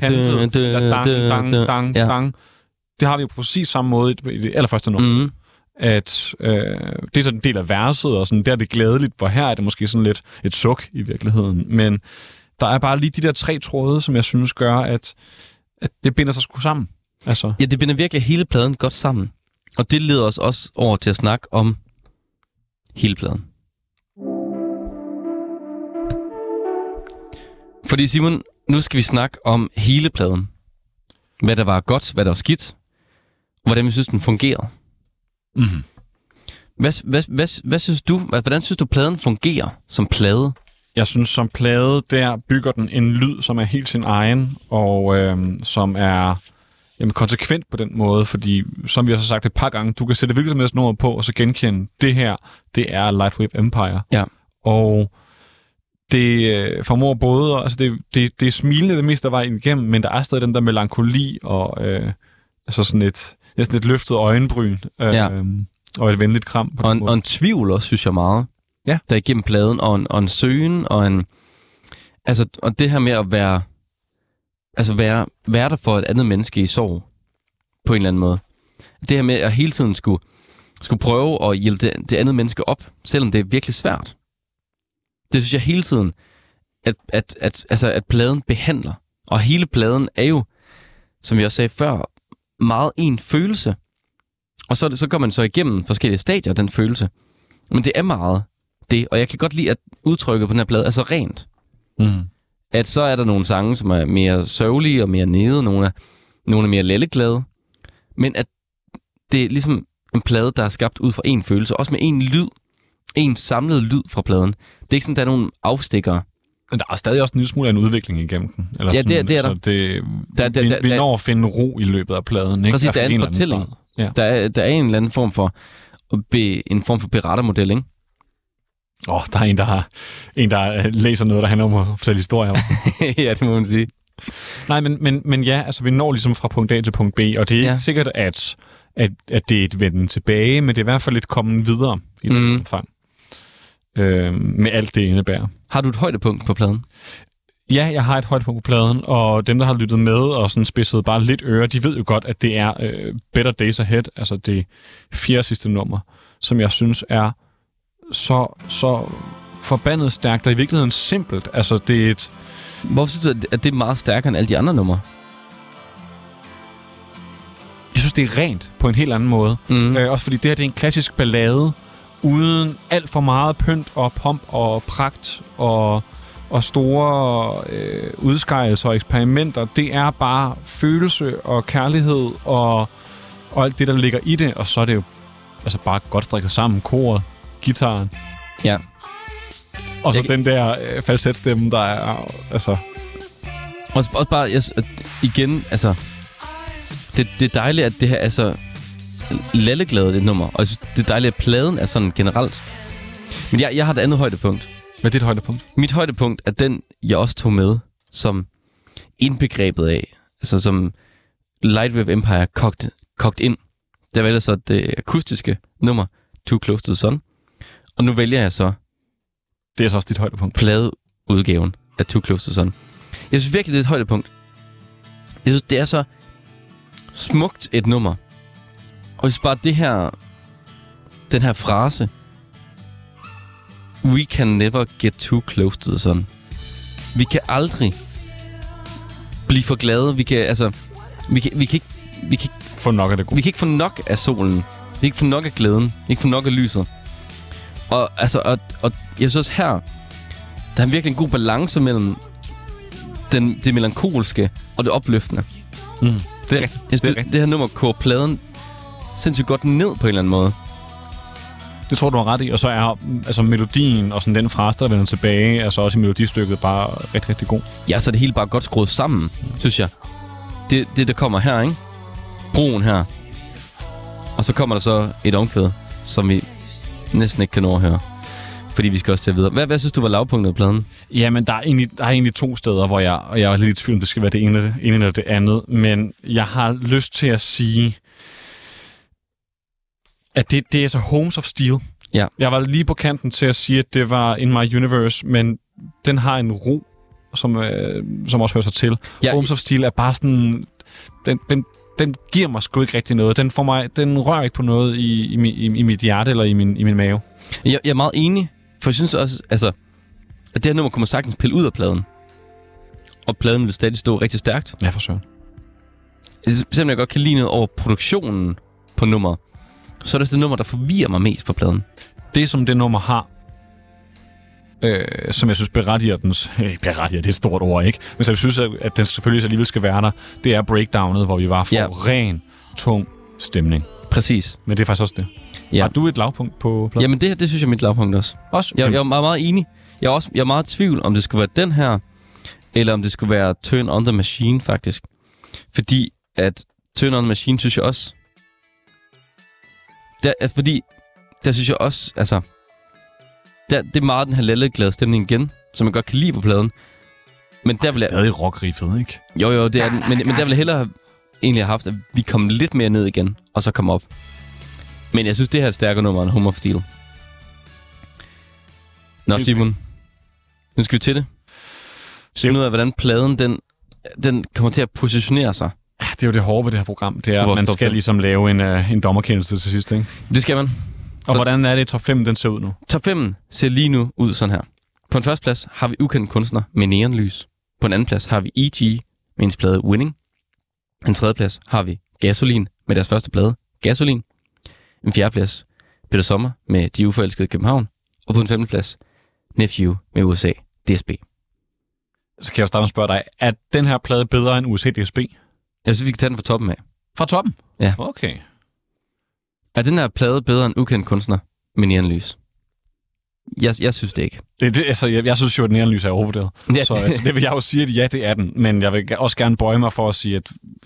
dang. Det har vi jo på præcis samme måde i det allerførste nummer. At det er sådan en del af verset, og sådan, der er det glædeligt, hvor her er det måske sådan lidt et suk i virkeligheden. Men der er bare lige de der 3 tråde, som jeg synes gør, at det binder sig sgu sammen. Altså. Ja, det binder virkelig hele pladen godt sammen. Og det leder os også over til at snakke om hele pladen. Fordi Simon, nu skal vi snakke om hele pladen. Hvad der var godt, hvad der var skidt, og hvordan vi synes, den fungerede. Mm-hmm. Hvad synes du? Hvordan synes du, pladen fungerer som plade? Jeg synes, som plade, der bygger den en lyd, som er helt sin egen, og som er konsekvent på den måde, fordi, som vi har så sagt et par gange, du kan sætte hvilket som helst nummer på, og så genkende, det her, det er Lightwave Empire. Ja. Og det formår både, altså det er smilende det meste af vejen igennem, men der er stadig den der melankoli, og altså sådan næsten et løftet øjenbryn, og et venligt kram på den måde. Og en tvivl også, synes jeg meget. Ja. Der igennem pladen, og en søgen, og en... Altså, og det her med at være der for et andet menneske i sorg, på en eller anden måde. Det her med at hele tiden skulle prøve at hjælpe det andet menneske op, selvom det er virkelig svært. Det synes jeg hele tiden, at pladen behandler. Og hele pladen er jo, som vi også sagde før, meget en følelse. Og så går man så igennem forskellige stadier, den følelse. Men det er meget det, og jeg kan godt lide, at udtrykket på den her plade er så rent. At så er der nogle sange, som er mere sørgelige og mere nede, nogle er mere lelleglade. Men at det er ligesom en plade, der er skabt ud fra en følelse, også med en lyd, en samlet lyd fra pladen. Det er ikke sådan, der er nogle afstikkere. Men der er stadig også en lille smule af en udvikling igennem den. Eller ja, sådan, det er der. Vi når at finde ro i løbet af pladen. Ikke? Præcis, der er en fortælling. Ja. Der er en eller anden form for berettermodel, ikke? Der er en, der læser noget, der handler om at fortælle historier. Ja, det må man sige. Nej, men ja, altså vi når ligesom fra punkt A til punkt B, og det er ikke sikkert, at det er et venden tilbage, men det er i hvert fald et kommen videre i den omfang. Med alt det indebærer. Har du et højdepunkt på pladen? Ja, jeg har et højdepunkt på pladen, og dem, der har lyttet med og sådan spidset bare lidt øre, de ved jo godt, at det er Better Days Ahead, altså det 4. sidste nummer, som jeg synes er så forbandet stærkt, og i virkeligheden simpelt. Altså, det er et... Hvorfor synes du, at det er meget stærkere end alle de andre numre? Jeg synes, det er rent på en helt anden måde. Også fordi det her det er en klassisk ballade, uden alt for meget pynt og pomp og pragt og store udskejelser og eksperimenter. Det er bare følelse og kærlighed og alt det, der ligger i det, og så er det jo altså bare godt strikket sammen. Koret, gitaren. Ja. Og så den der falsetstemme, der er altså... Også bare, igen, altså... Det er dejligt, at det her er så lalleglade, det nummer. Og jeg synes, det er dejligt, at pladen er sådan generelt. Men jeg har et andet højdepunkt. Hvad er dit højdepunkt? Mit højdepunkt er den, jeg også tog med som indbegrebet af. Altså som Lightwave Empire kogt ind. Der vælger så det akustiske nummer, Too Close to the Sun. Og nu vælger jeg så Det er så også dit højdepunkt. pladeudgaven af Too Close to the Sun. Jeg synes virkelig, det er et højdepunkt. Jeg synes, det er så smukt et nummer. Og hvis bare den her frase, we can never get too close to the sun. Vi kan aldrig blive for glade. Vi kan ikke få nok af det gode. Vi kan ikke få nok af solen. Vi kan ikke få nok af glæden. Vi kan ikke få nok af lyset. Og jeg synes også her, der er virkelig en god balance mellem det melankolske og det opløftende. Det er rigtigt. Det her nummer koger pladen sindssygt godt ned på en eller anden måde. Det tror du har ret i. Og så er altså melodien og sådan den frase, der vender tilbage, altså også i melodistykket, bare rigtig, rigtig god. Ja, så er det hele bare godt skruet sammen, synes jeg. Det der kommer her, ikke? Broen her. Og så kommer der så et omkvæd, som vi næsten ikke kan nå at høre. Fordi vi skal også til videre. Hvad synes du var lavpunktet af pladen? Jamen, der er egentlig 2 steder, hvor jeg er lidt i tvivl, om det skal være det ene eller det andet. Men jeg har lyst til at sige, at det er så Homes of Steel. Ja. Jeg var lige på kanten til at sige, at det var In My Universe, men den har en ro, som også hører sig til. Ja. Homes of Steel er bare sådan... Den giver mig sgu ikke rigtig noget. Den rører ikke på noget i mit hjerte eller i min mave. Jeg er meget enig, for jeg synes også, altså, at det her nummer kommer sagtens pille ud af pladen. Og pladen vil stadig stå rigtig stærkt. Ja, for søren. Selvom jeg godt kan lide noget over produktionen på nummeret, så er det det nummer, der forvirrer mig mest på pladen. Det, som det nummer har, som jeg synes berettiger det er et stort ord, ikke? Men så jeg synes, at den selvfølgelig alligevel skal være der, det er breakdownet, hvor vi var for ren, tung stemning. Præcis. Men det er faktisk også det. Ja. Har du et lavpunkt på pladen? Jamen, det synes jeg er mit lavpunkt også. Jeg er meget enig. Jeg er meget i tvivl, om det skulle være den her, eller om det skulle være Turn on the Machine, faktisk. Fordi at Turn on the Machine, synes jeg også... Der synes jeg også, altså... Det er meget den her lelleglade stemning igen, som jeg godt kan lide på pladen. Men der vil jeg... Stadig rockriffet, ikke? Jo, det er den. Men der vil jeg hellere egentlig have haft, at vi kom lidt mere ned igen, og så kom op. Men jeg synes, det her er et stærkere nummer end Home of Steel. Nå, Simon. Nu skal vi til det. Finde ud af, hvordan pladen, den kommer til at positionere sig. Det er jo det hårde ved det her program. Det er, at man skal ligesom lave en dommerkendelse til sidst, ikke? Det skal man. Og hvordan er det, top 5 den ser ud nu? Top 5 ser lige nu ud sådan her. På en første plads har vi Ukendt Kunstner med Neonlys. På en anden plads har vi E.G. med hendes plade Winning. En tredje plads har vi Gasolin med deres første plade Gasolin. En fjerde plads Peter Sommer med De Uforelskede København. Og på en femte plads Nephew med USA DSB. Så kan jeg jo starte med at spørge dig, er den her plade bedre end USA DSB? Jeg synes, vi kan tage den fra toppen af. Fra toppen? Ja. Okay. Er den her plade bedre end Ukendt Kunstner med Neonlys? Jeg synes det ikke. Jeg synes jo, at Neonlys er overvurderet. Ja. Så det vil jeg jo sige, at ja, det er den. Men jeg vil også gerne bøje mig for at sige, at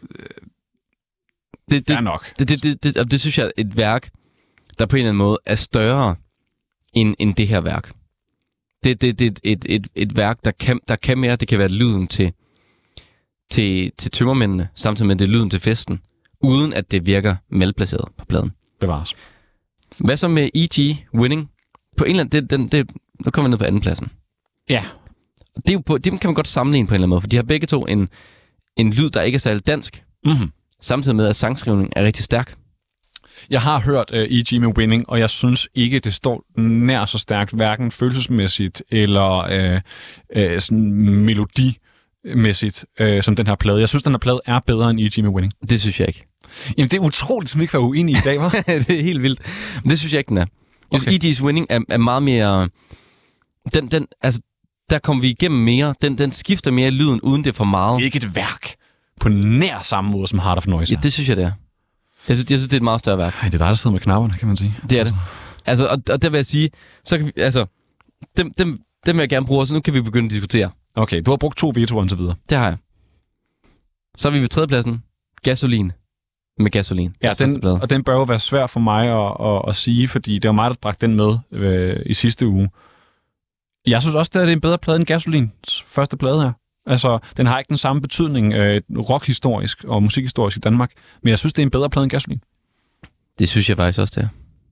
det er nok. Det synes jeg er et værk, der på en eller anden måde er større end det her værk. Det er et værk, der kan mere. Det kan være lyden til tømmermændene, samtidig med det lyden til festen, uden at det virker malplaceret på pladen. Bevares. Hvad så med E.G. Winning? På en eller anden, nu kommer vi ned på andenpladsen. Ja. Det kan man godt sammenligne på en eller anden måde, for de har begge to en lyd, der ikke er særlig dansk, samtidig med, at sangskrivningen er rigtig stærk. Jeg har hørt E.G. med Winning, og jeg synes ikke, det står nær så stærkt, hverken følelsesmæssigt eller sådan melodimæssigt, som den her plade. Jeg synes, den her plade er bedre end E.G. med Winning. Det synes jeg ikke. Jamen, det er utroligt, som ikke var uenig i dag, hva'? Det er helt vildt. Men det synes jeg ikke, den er. Okay. E.G.'s Winning er meget mere... Altså, der kommer vi igennem mere. Den skifter mere lyden, uden det er for meget. Det er ikke et værk på nær samme måde, som Heart of Noise. Ja, det synes jeg, det er. Jeg synes, det er et meget større værk. Ej, det er dig, der sidder med knapperne, kan man sige. Det er det. Altså, og der vil jeg sige, så kan vi, altså, dem vil jeg gerne bruge, så nu kan vi begynde at diskutere. Okay, du har brugt 2 vetoer indtil videre. Det har jeg. Så er vi ved tredjepladsen. Gasolin. Med Gasolin. Ja, og den bør jo være svær for mig at sige, fordi det var mig, der bragte den med i sidste uge. Jeg synes også, det er en bedre plade end Gasolins første plade her. Altså, den har ikke den samme betydning rockhistorisk og musikhistorisk i Danmark, men jeg synes, det er en bedre plade end Gasolin. Det synes jeg faktisk også, det er.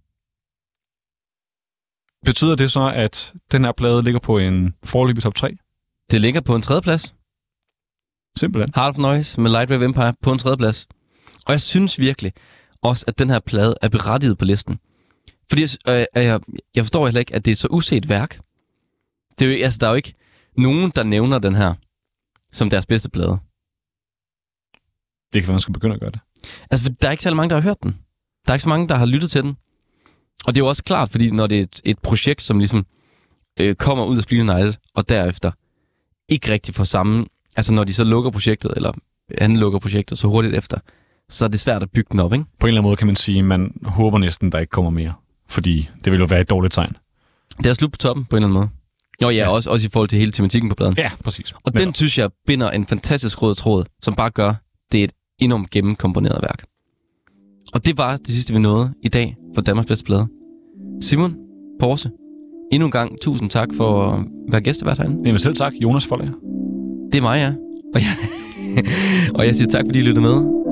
Betyder det så, at den her plade ligger på en foreløbig top 3? Det ligger på en 3. plads. Simpelthen. Heart of Noise med Light Wave Empire på en 3. plads. Og jeg synes virkelig også, at den her plade er berettiget på listen. Fordi jeg forstår heller ikke, at det er så uset værk. Det er jo, altså, der er jo ikke nogen, der nævner den her som deres bedste plade. Det kan være, man skal begynde at gøre det. Altså, der er ikke så mange, der har hørt den. Der er ikke så mange, der har lyttet til den. Og det er jo også klart, fordi når det er et projekt, som ligesom kommer ud af Bleeding United, og derefter ikke rigtig får samme... Altså, når de så lukker projektet, eller han lukker projektet så hurtigt efter, så er det svært at bygge den op, ikke? På en eller anden måde kan man sige, at man håber næsten, der ikke kommer mere. Fordi det vil jo være et dårligt tegn. Det er slut på toppen, på en eller anden måde. Og ja, også i forhold til hele tematikken på pladen. Ja, præcis. Og den, synes jeg, binder en fantastisk rød tråd, som bare gør, det er et enormt gennemkomponeret værk. Og det var det sidste, vi nåede i dag for Danmarks bedste plade. Simon Porse, endnu en gang tusind tak for at være gæstevært herinde. Jamen selv tak, Jonas Forlager. Det er mig, ja. Og jeg siger tak, fordi I lyttede med.